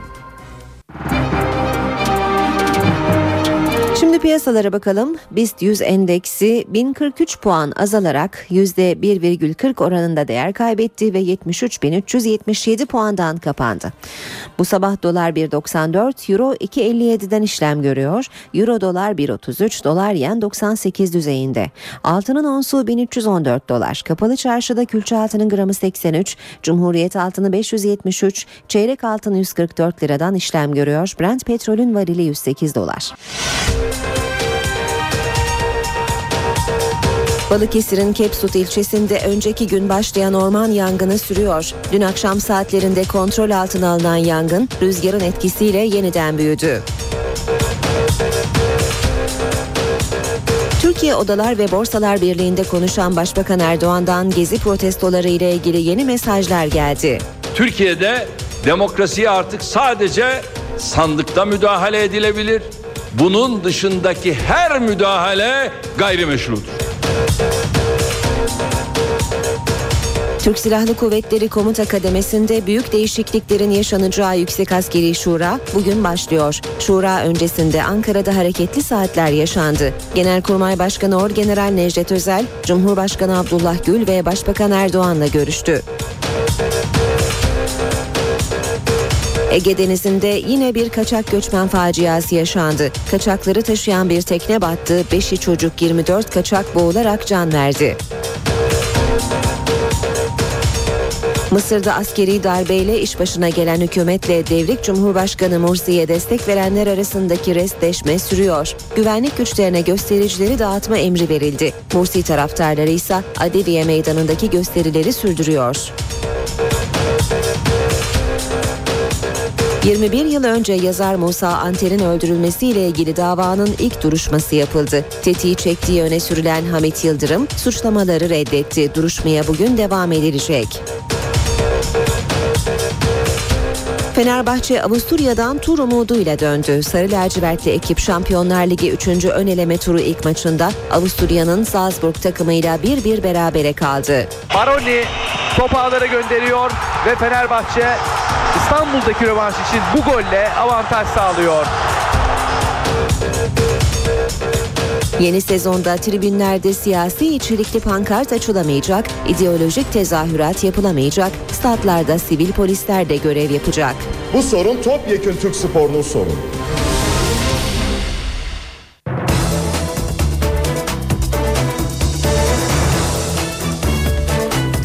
Şimdi piyasalara bakalım. BIST yüz endeksi bin kırk üç puan azalarak yüzde bir virgül kırk oranında değer kaybetti ve yetmiş üç bin üç yüz yetmiş yedi puandan kapandı. Bu sabah dolar bir virgül doksan dört, euro iki virgül elli yediden işlem görüyor. Euro dolar bir virgül otuz üç, dolar yen doksan sekiz düzeyinde. Altının onsu bin üç yüz on dört dolar. Kapalı çarşıda külçe altının gramı seksen üç, Cumhuriyet altını beş yüz yetmiş üç, çeyrek altın yüz kırk dört liradan işlem görüyor. Brent petrolün varili yüz sekiz dolar. Balıkesir'in Kepsut ilçesinde önceki gün başlayan orman yangını sürüyor. Dün akşam saatlerinde kontrol altına alınan yangın rüzgarın etkisiyle yeniden büyüdü. Türkiye Odalar ve Borsalar Birliği'nde konuşan Başbakan Erdoğan'dan gezi protestoları ile ilgili yeni mesajlar geldi. Türkiye'de demokrasiye artık sadece sandıkta müdahale edilebilir. Bunun dışındaki her müdahale gayrimeşrudur. Türk Silahlı Kuvvetleri Komuta Kademesi'nde büyük değişikliklerin yaşanacağı Yüksek Askeri Şura bugün başlıyor. Şura öncesinde Ankara'da hareketli saatler yaşandı. Genelkurmay Başkanı Orgeneral Necdet Özel, Cumhurbaşkanı Abdullah Gül ve Başbakan Erdoğan'la görüştü. Ege Denizi'nde yine bir kaçak göçmen faciası yaşandı. Kaçakları taşıyan bir tekne battı, beşi çocuk yirmi dört kaçak boğularak can verdi. Mısır'da askeri darbeyle iş başına gelen hükümetle devrik Cumhurbaşkanı Mursi'ye destek verenler arasındaki restleşme sürüyor. Güvenlik güçlerine göstericileri dağıtma emri verildi. Mursi taraftarları ise Adeviye Meydanı'ndaki gösterileri sürdürüyor. yirmi bir yıl önce yazar Musa Anter'in öldürülmesiyle ilgili davanın ilk duruşması yapıldı. Tetiği çektiği öne sürülen Hamit Yıldırım suçlamaları reddetti. Duruşmaya bugün devam edilecek. Fenerbahçe Avusturya'dan tur umuduyla döndü. Sarı lacivertli ekip Şampiyonlar Ligi üçüncü ön eleme turu ilk maçında Avusturya'nın Salzburg takımıyla bir bir berabere kaldı. Maroni topu ağlara gönderiyor ve Fenerbahçe İstanbul'daki rövanş için bu golle avantaj sağlıyor. Yeni sezonda tribünlerde siyasi içerikli pankart açılamayacak, ideolojik tezahürat yapılamayacak, statlarda sivil polisler de görev yapacak. Bu sorun topyekün Türk sporunun sorunu.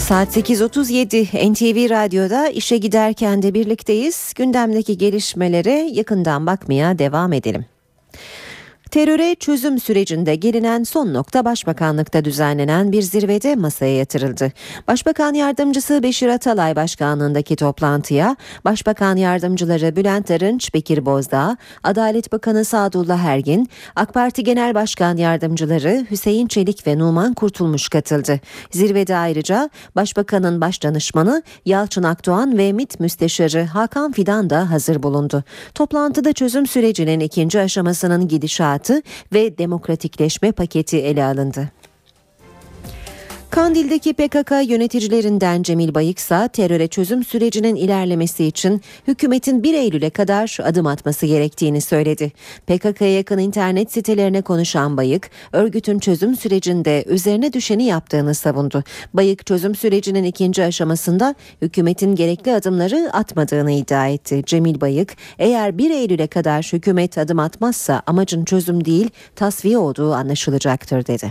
Saat sekiz otuz yedi N T V Radyo'da işe giderken de birlikteyiz. Gündemdeki gelişmelere yakından bakmaya devam edelim. Teröre çözüm sürecinde gelinen son nokta Başbakanlıkta düzenlenen bir zirvede masaya yatırıldı. Başbakan Yardımcısı Beşir Atalay başkanlığındaki toplantıya Başbakan Yardımcıları Bülent Arınç, Bekir Bozdağ, Adalet Bakanı Sadullah Ergin, AK Parti Genel Başkan Yardımcıları Hüseyin Çelik ve Numan Kurtulmuş katıldı. Zirvede ayrıca Başbakanın Başdanışmanı Yalçın Akdoğan ve MİT Müsteşarı Hakan Fidan da hazır bulundu. Toplantıda çözüm sürecinin ikinci aşamasının gidişatı ve demokratikleşme paketi ele alındı. Kandil'deki P K K yöneticilerinden Cemil Bayık ise teröre çözüm sürecinin ilerlemesi için hükümetin bir Eylül'e kadar adım atması gerektiğini söyledi. P K K'ya yakın internet sitelerine konuşan Bayık, örgütün çözüm sürecinde üzerine düşeni yaptığını savundu. Bayık, çözüm sürecinin ikinci aşamasında hükümetin gerekli adımları atmadığını iddia etti. Cemil Bayık, eğer bir Eylül'e kadar hükümet adım atmazsa amacın çözüm değil, tasfiye olduğu anlaşılacaktır dedi.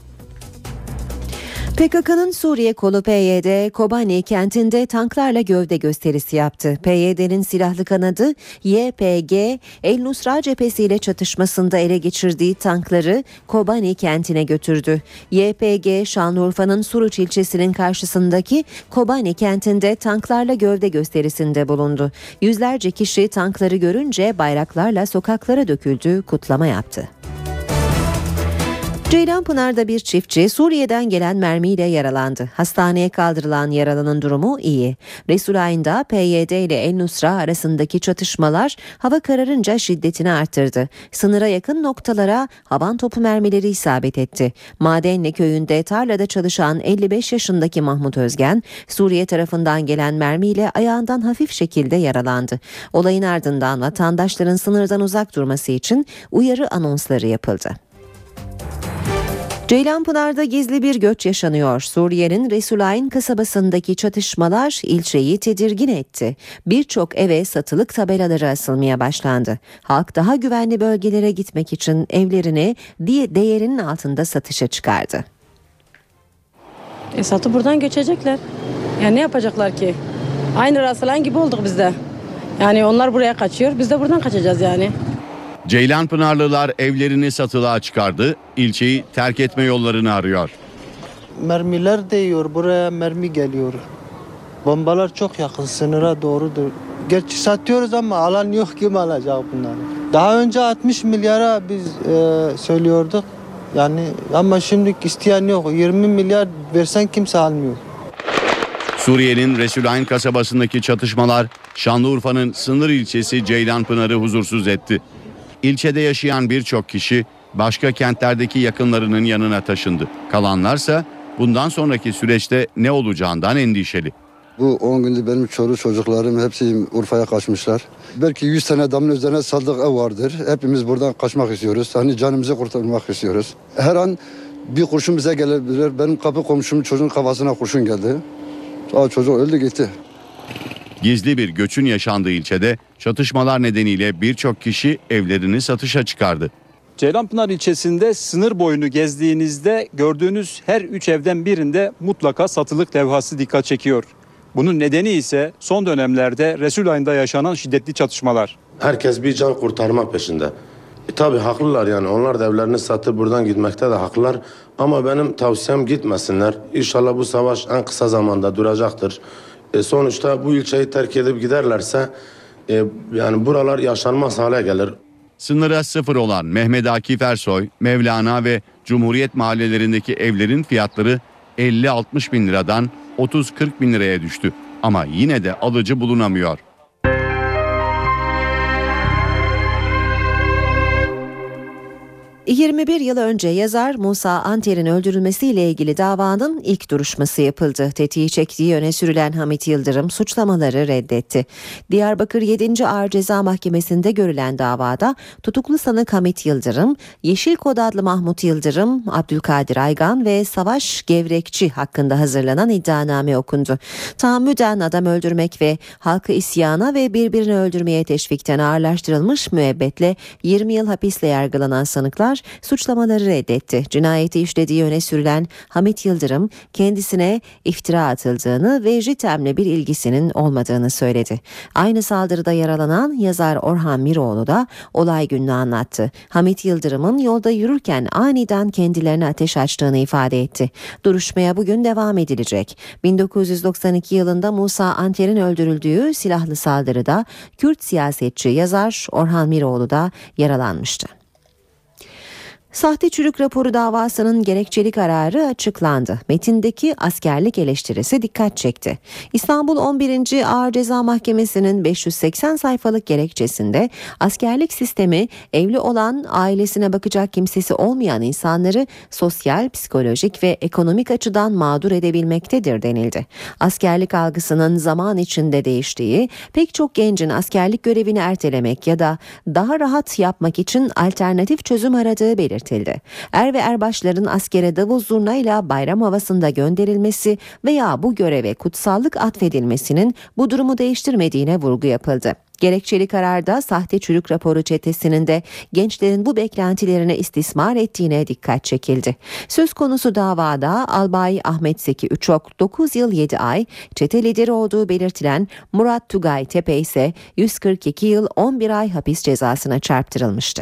P K K'nın Suriye kolu P Y D, Kobani kentinde tanklarla gövde gösterisi yaptı. P Y D'nin silahlı kanadı Y P G, El Nusra cephesiyle çatışmasında ele geçirdiği tankları Kobani kentine götürdü. Y P G, Şanlıurfa'nın Suruç ilçesinin karşısındaki Kobani kentinde tanklarla gövde gösterisinde bulundu. Yüzlerce kişi tankları görünce bayraklarla sokaklara döküldü, kutlama yaptı. Ceylanpınar'da bir çiftçi Suriye'den gelen mermiyle yaralandı. Hastaneye kaldırılan yaralının durumu iyi. Resulayn'da P Y D ile El Nusra arasındaki çatışmalar hava kararınca şiddetini arttırdı. Sınıra yakın noktalara havan topu mermileri isabet etti. Madenli köyünde tarlada çalışan elli beş yaşındaki Mahmut Özgen, Suriye tarafından gelen mermiyle ayağından hafif şekilde yaralandı. Olayın ardından vatandaşların sınırdan uzak durması için uyarı anonsları yapıldı. Ceylanpınar'da gizli bir göç yaşanıyor. Suriye'nin Resulayn kasabasındaki çatışmalar ilçeyi tedirgin etti. Birçok eve satılık tabelaları asılmaya başlandı. Halk daha güvenli bölgelere gitmek için evlerini değerinin altında satışa çıkardı. E satı buradan göçecekler. Yani ne yapacaklar ki? Aynı Resulayn gibi olduk biz de. Yani onlar buraya kaçıyor, biz de buradan kaçacağız yani. Ceylanpınarlılar evlerini satılığa çıkardı, ilçeyi terk etme yollarını arıyor. Mermiler değiyor, buraya mermi geliyor. Bombalar çok yakın, sınıra doğrudur. Gerçi satıyoruz ama alan yok, kim alacak bunları? Daha önce altmış milyara biz e, söylüyorduk. Yani ama şimdi isteyen yok. yirmi milyar versen kimse almıyor. Suriye'nin Resulayn kasabasındaki çatışmalar Şanlıurfa'nın sınır ilçesi Ceylanpınar'ı huzursuz etti. İlçede yaşayan birçok kişi başka kentlerdeki yakınlarının yanına taşındı. Kalanlarsa bundan sonraki süreçte ne olacağından endişeli. Bu on günde benim çoluk çocuklarım hepsi Urfa'ya kaçmışlar. Belki yüz tane adamın üzerine saldık ev vardır. Hepimiz buradan kaçmak istiyoruz. Hani canımızı kurtarmak istiyoruz. Her an bir kurşun bize gelebilir. Benim kapı komşumun çocuğun kafasına kurşun geldi. Aa, çocuk öldü gitti. Gizli bir göçün yaşandığı ilçede çatışmalar nedeniyle birçok kişi evlerini satışa çıkardı. Ceylanpınar ilçesinde sınır boyunu gezdiğinizde gördüğünüz her üç evden birinde mutlaka satılık levhası dikkat çekiyor. Bunun nedeni ise son dönemlerde Resulayn'da yaşanan şiddetli çatışmalar. Herkes bir can kurtarma peşinde. E, tabii haklılar yani, onlar da evlerini satıp buradan gitmekte de haklılar. Ama benim tavsiyem gitmesinler. İnşallah bu savaş en kısa zamanda duracaktır. E, sonuçta bu ilçeyi terk edip giderlerse e, yani buralar yaşanmaz hale gelir. Sınıra sıfır olan Mehmet Akif Ersoy, Mevlana ve Cumhuriyet mahallelerindeki evlerin fiyatları elli altmış bin liradan otuz kırk bin liraya düştü. Ama yine de alıcı bulunamıyor. yirmi bir yıl önce yazar Musa Anter'in öldürülmesiyle ilgili davanın ilk duruşması yapıldı. Tetiği çektiği öne sürülen Hamit Yıldırım suçlamaları reddetti. Diyarbakır yedinci Ağır Ceza Mahkemesi'nde görülen davada tutuklu sanık Hamit Yıldırım, Yeşil Kod adlı Mahmut Yıldırım, Abdülkadir Aygan ve Savaş Gevrekçi hakkında hazırlanan iddianame okundu. Tahammüden adam öldürmek ve halkı isyana ve birbirini öldürmeye teşvikten ağırlaştırılmış müebbetle yirmi yıl hapisle yargılanan sanıklar Yazar suçlamaları reddetti. Cinayeti işlediği öne sürülen Hamit Yıldırım kendisine iftira atıldığını ve JITEM'le bir ilgisinin olmadığını söyledi. Aynı saldırıda yaralanan yazar Orhan Miroğlu da olay gününü anlattı. Hamit Yıldırım'ın yolda yürürken aniden kendilerine ateş açtığını ifade etti. Duruşmaya bugün devam edilecek. bin dokuz yüz doksan iki yılında Musa Anter'in öldürüldüğü silahlı saldırıda Kürt siyasetçi yazar Orhan Miroğlu da yaralanmıştı. Sahte çürük raporu davasının gerekçeli kararı açıklandı. Metindeki askerlik eleştirisi dikkat çekti. İstanbul on birinci Ağır Ceza Mahkemesi'nin beş yüz seksen sayfalık gerekçesinde askerlik sistemi evli olan, ailesine bakacak kimsesi olmayan insanları sosyal, psikolojik ve ekonomik açıdan mağdur edebilmektedir denildi. Askerlik algısının zaman içinde değiştiği, pek çok gencin askerlik görevini ertelemek ya da daha rahat yapmak için alternatif çözüm aradığı belirtildi. Er ve erbaşların askere davul zurnayla bayram havasında gönderilmesi veya bu göreve kutsallık atfedilmesinin bu durumu değiştirmediğine vurgu yapıldı. Gerekçeli kararda sahte çürük raporu çetesinin de gençlerin bu beklentilerini istismar ettiğine dikkat çekildi. Söz konusu davada Albay Ahmet Zeki Üçok dokuz yıl yedi ay, çete lideri olduğu belirtilen Murat Tugay Tepe ise yüz kırk iki yıl on bir ay hapis cezasına çarptırılmıştı.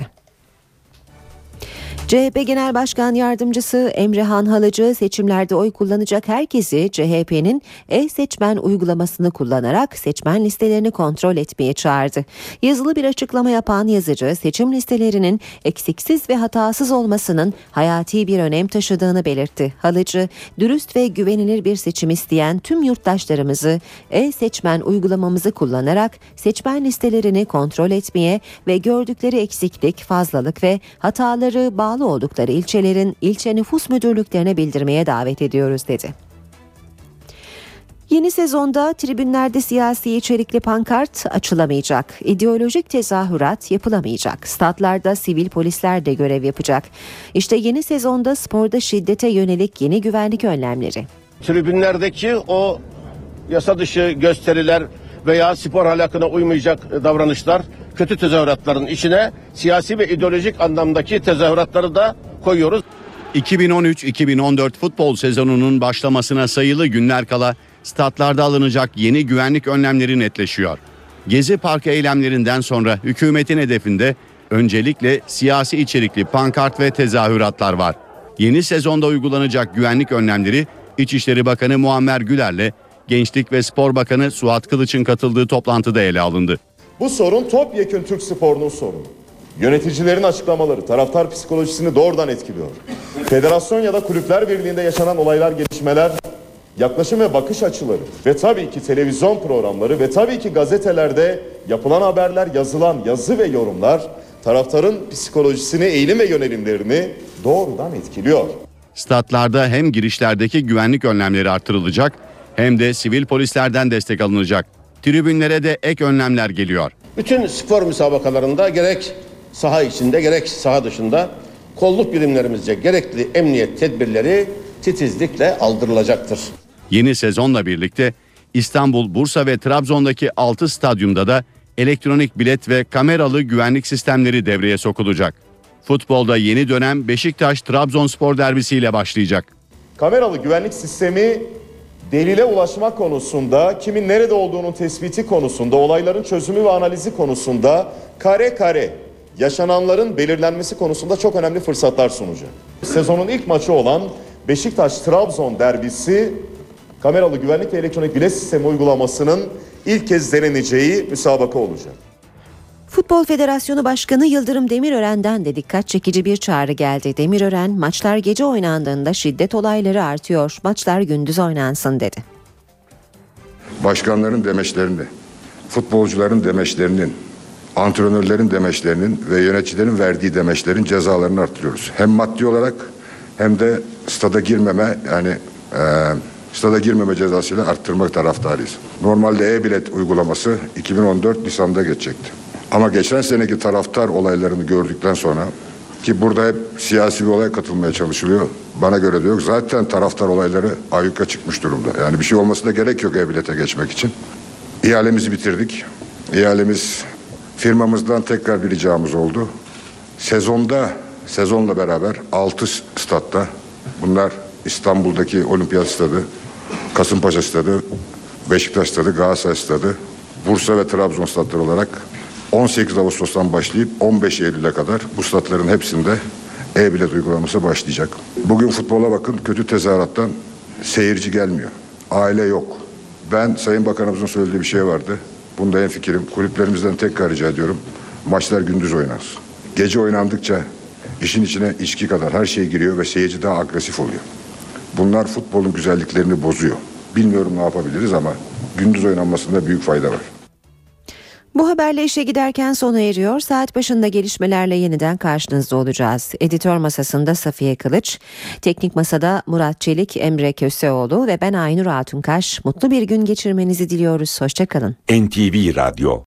C H P Genel Başkan Yardımcısı Emrehan Halıcı seçimlerde oy kullanacak herkesi C H P'nin e-seçmen uygulamasını kullanarak seçmen listelerini kontrol etmeye çağırdı. Yazılı bir açıklama yapan yazıcı seçim listelerinin eksiksiz ve hatasız olmasının hayati bir önem taşıdığını belirtti. Halıcı, dürüst ve güvenilir bir seçim isteyen tüm yurttaşlarımızı e-seçmen uygulamamızı kullanarak seçmen listelerini kontrol etmeye ve gördükleri eksiklik, fazlalık ve hataları bağlı oldukları ilçelerin ilçe nüfus müdürlüklerine bildirmeye davet ediyoruz dedi. Yeni sezonda tribünlerde siyasi içerikli pankart açılamayacak. İdeolojik tezahürat yapılamayacak. Statlarda sivil polisler de görev yapacak. İşte yeni sezonda sporda şiddete yönelik yeni güvenlik önlemleri. Tribünlerdeki o yasa dışı gösteriler veya spor ahlakına uymayacak davranışlar, kötü tezahüratların içine siyasi ve ideolojik anlamdaki tezahüratları da koyuyoruz. iki bin on üç iki bin on dört futbol sezonunun başlamasına sayılı günler kala statlarda alınacak yeni güvenlik önlemleri netleşiyor. Gezi Parkı eylemlerinden sonra hükümetin hedefinde öncelikle siyasi içerikli pankart ve tezahüratlar var. Yeni sezonda uygulanacak güvenlik önlemleri İçişleri Bakanı Muammer Güler'le Gençlik ve Spor Bakanı Suat Kılıç'ın katıldığı toplantıda ele alındı. Bu sorun topyekün Türk sporunun sorunu. Yöneticilerin açıklamaları taraftar psikolojisini doğrudan etkiliyor. Federasyon ya da kulüpler birliğinde yaşanan olaylar, gelişmeler, yaklaşım ve bakış açıları ve tabii ki televizyon programları ve tabii ki gazetelerde yapılan haberler, yazılan yazı ve yorumlar taraftarın psikolojisini, eğilim ve yönelimlerini doğrudan etkiliyor. Statlarda hem girişlerdeki güvenlik önlemleri artırılacak hem de sivil polislerden destek alınacak. Tribünlere de ek önlemler geliyor. Bütün spor müsabakalarında gerek saha içinde gerek saha dışında kolluk birimlerimizce gerekli emniyet tedbirleri titizlikle aldırılacaktır. Yeni sezonla birlikte İstanbul, Bursa ve Trabzon'daki altı stadyumda da elektronik bilet ve kameralı güvenlik sistemleri devreye sokulacak. Futbolda yeni dönem Beşiktaş-Trabzonspor derbisiyle başlayacak. Kameralı güvenlik sistemi delile ulaşma konusunda, kimin nerede olduğunun tespiti konusunda, olayların çözümü ve analizi konusunda kare kare yaşananların belirlenmesi konusunda çok önemli fırsatlar sunacak. Sezonun ilk maçı olan Beşiktaş-Trabzon derbisi kameralı güvenlik ve elektronik bilet sistemi uygulamasının ilk kez deneneceği müsabaka olacak. Futbol Federasyonu Başkanı Yıldırım Demirören'den de dikkat çekici bir çağrı geldi. Demirören, maçlar gece oynandığında şiddet olayları artıyor, maçlar gündüz oynansın dedi. Başkanların demeçlerini, futbolcuların demeçlerinin, antrenörlerin demeçlerinin ve yöneticilerin verdiği demeçlerin cezalarını artırıyoruz. Hem maddi olarak hem de stada girmeme yani e, stada girmeme cezasıyla arttırmak taraftarıyız. Normalde e-bilet uygulaması iki bin on dört Nisan'da geçecekti. Ama geçen seneki taraftar olaylarını gördükten sonra ki burada hep siyasi bir olay katılmaya çalışılıyor. Bana göre de yok. Zaten taraftar olayları ayyuka çıkmış durumda. Yani bir şey olmasına gerek yok e-bilete geçmek için. İhalemizi bitirdik. İhalemiz firmamızdan tekrar bir ricamız oldu. Sezonda sezonla beraber altı statta, bunlar İstanbul'daki Olimpiyat Stadı, Kasımpaşa Stadı, Beşiktaş Stadı, Galatasaray Stadı, Bursa ve Trabzon statları olarak on sekiz Ağustos'tan başlayıp on beş Eylül'e kadar bu statların hepsinde e-bilet uygulaması başlayacak. Bugün futbola bakın, kötü tezahürattan seyirci gelmiyor. Aile yok. Ben Sayın Bakanımızın söylediği bir şey vardı. Bunda hemfikirim. Kulüplerimizden tekrar rica ediyorum. Maçlar gündüz oynansın. Gece oynandıkça işin içine içki kadar her şey giriyor ve seyirci daha agresif oluyor. Bunlar futbolun güzelliklerini bozuyor. Bilmiyorum ne yapabiliriz ama gündüz oynanmasında büyük fayda var. Bu haberle işe giderken sona eriyor. Saat başında gelişmelerle yeniden karşınızda olacağız. Editör masasında Safiye Kılıç, teknik masada Murat Çelik, Emre Köseoğlu ve ben Aynur Altunkaş. Mutlu bir gün geçirmenizi diliyoruz. Hoşça kalın. N T V Radyo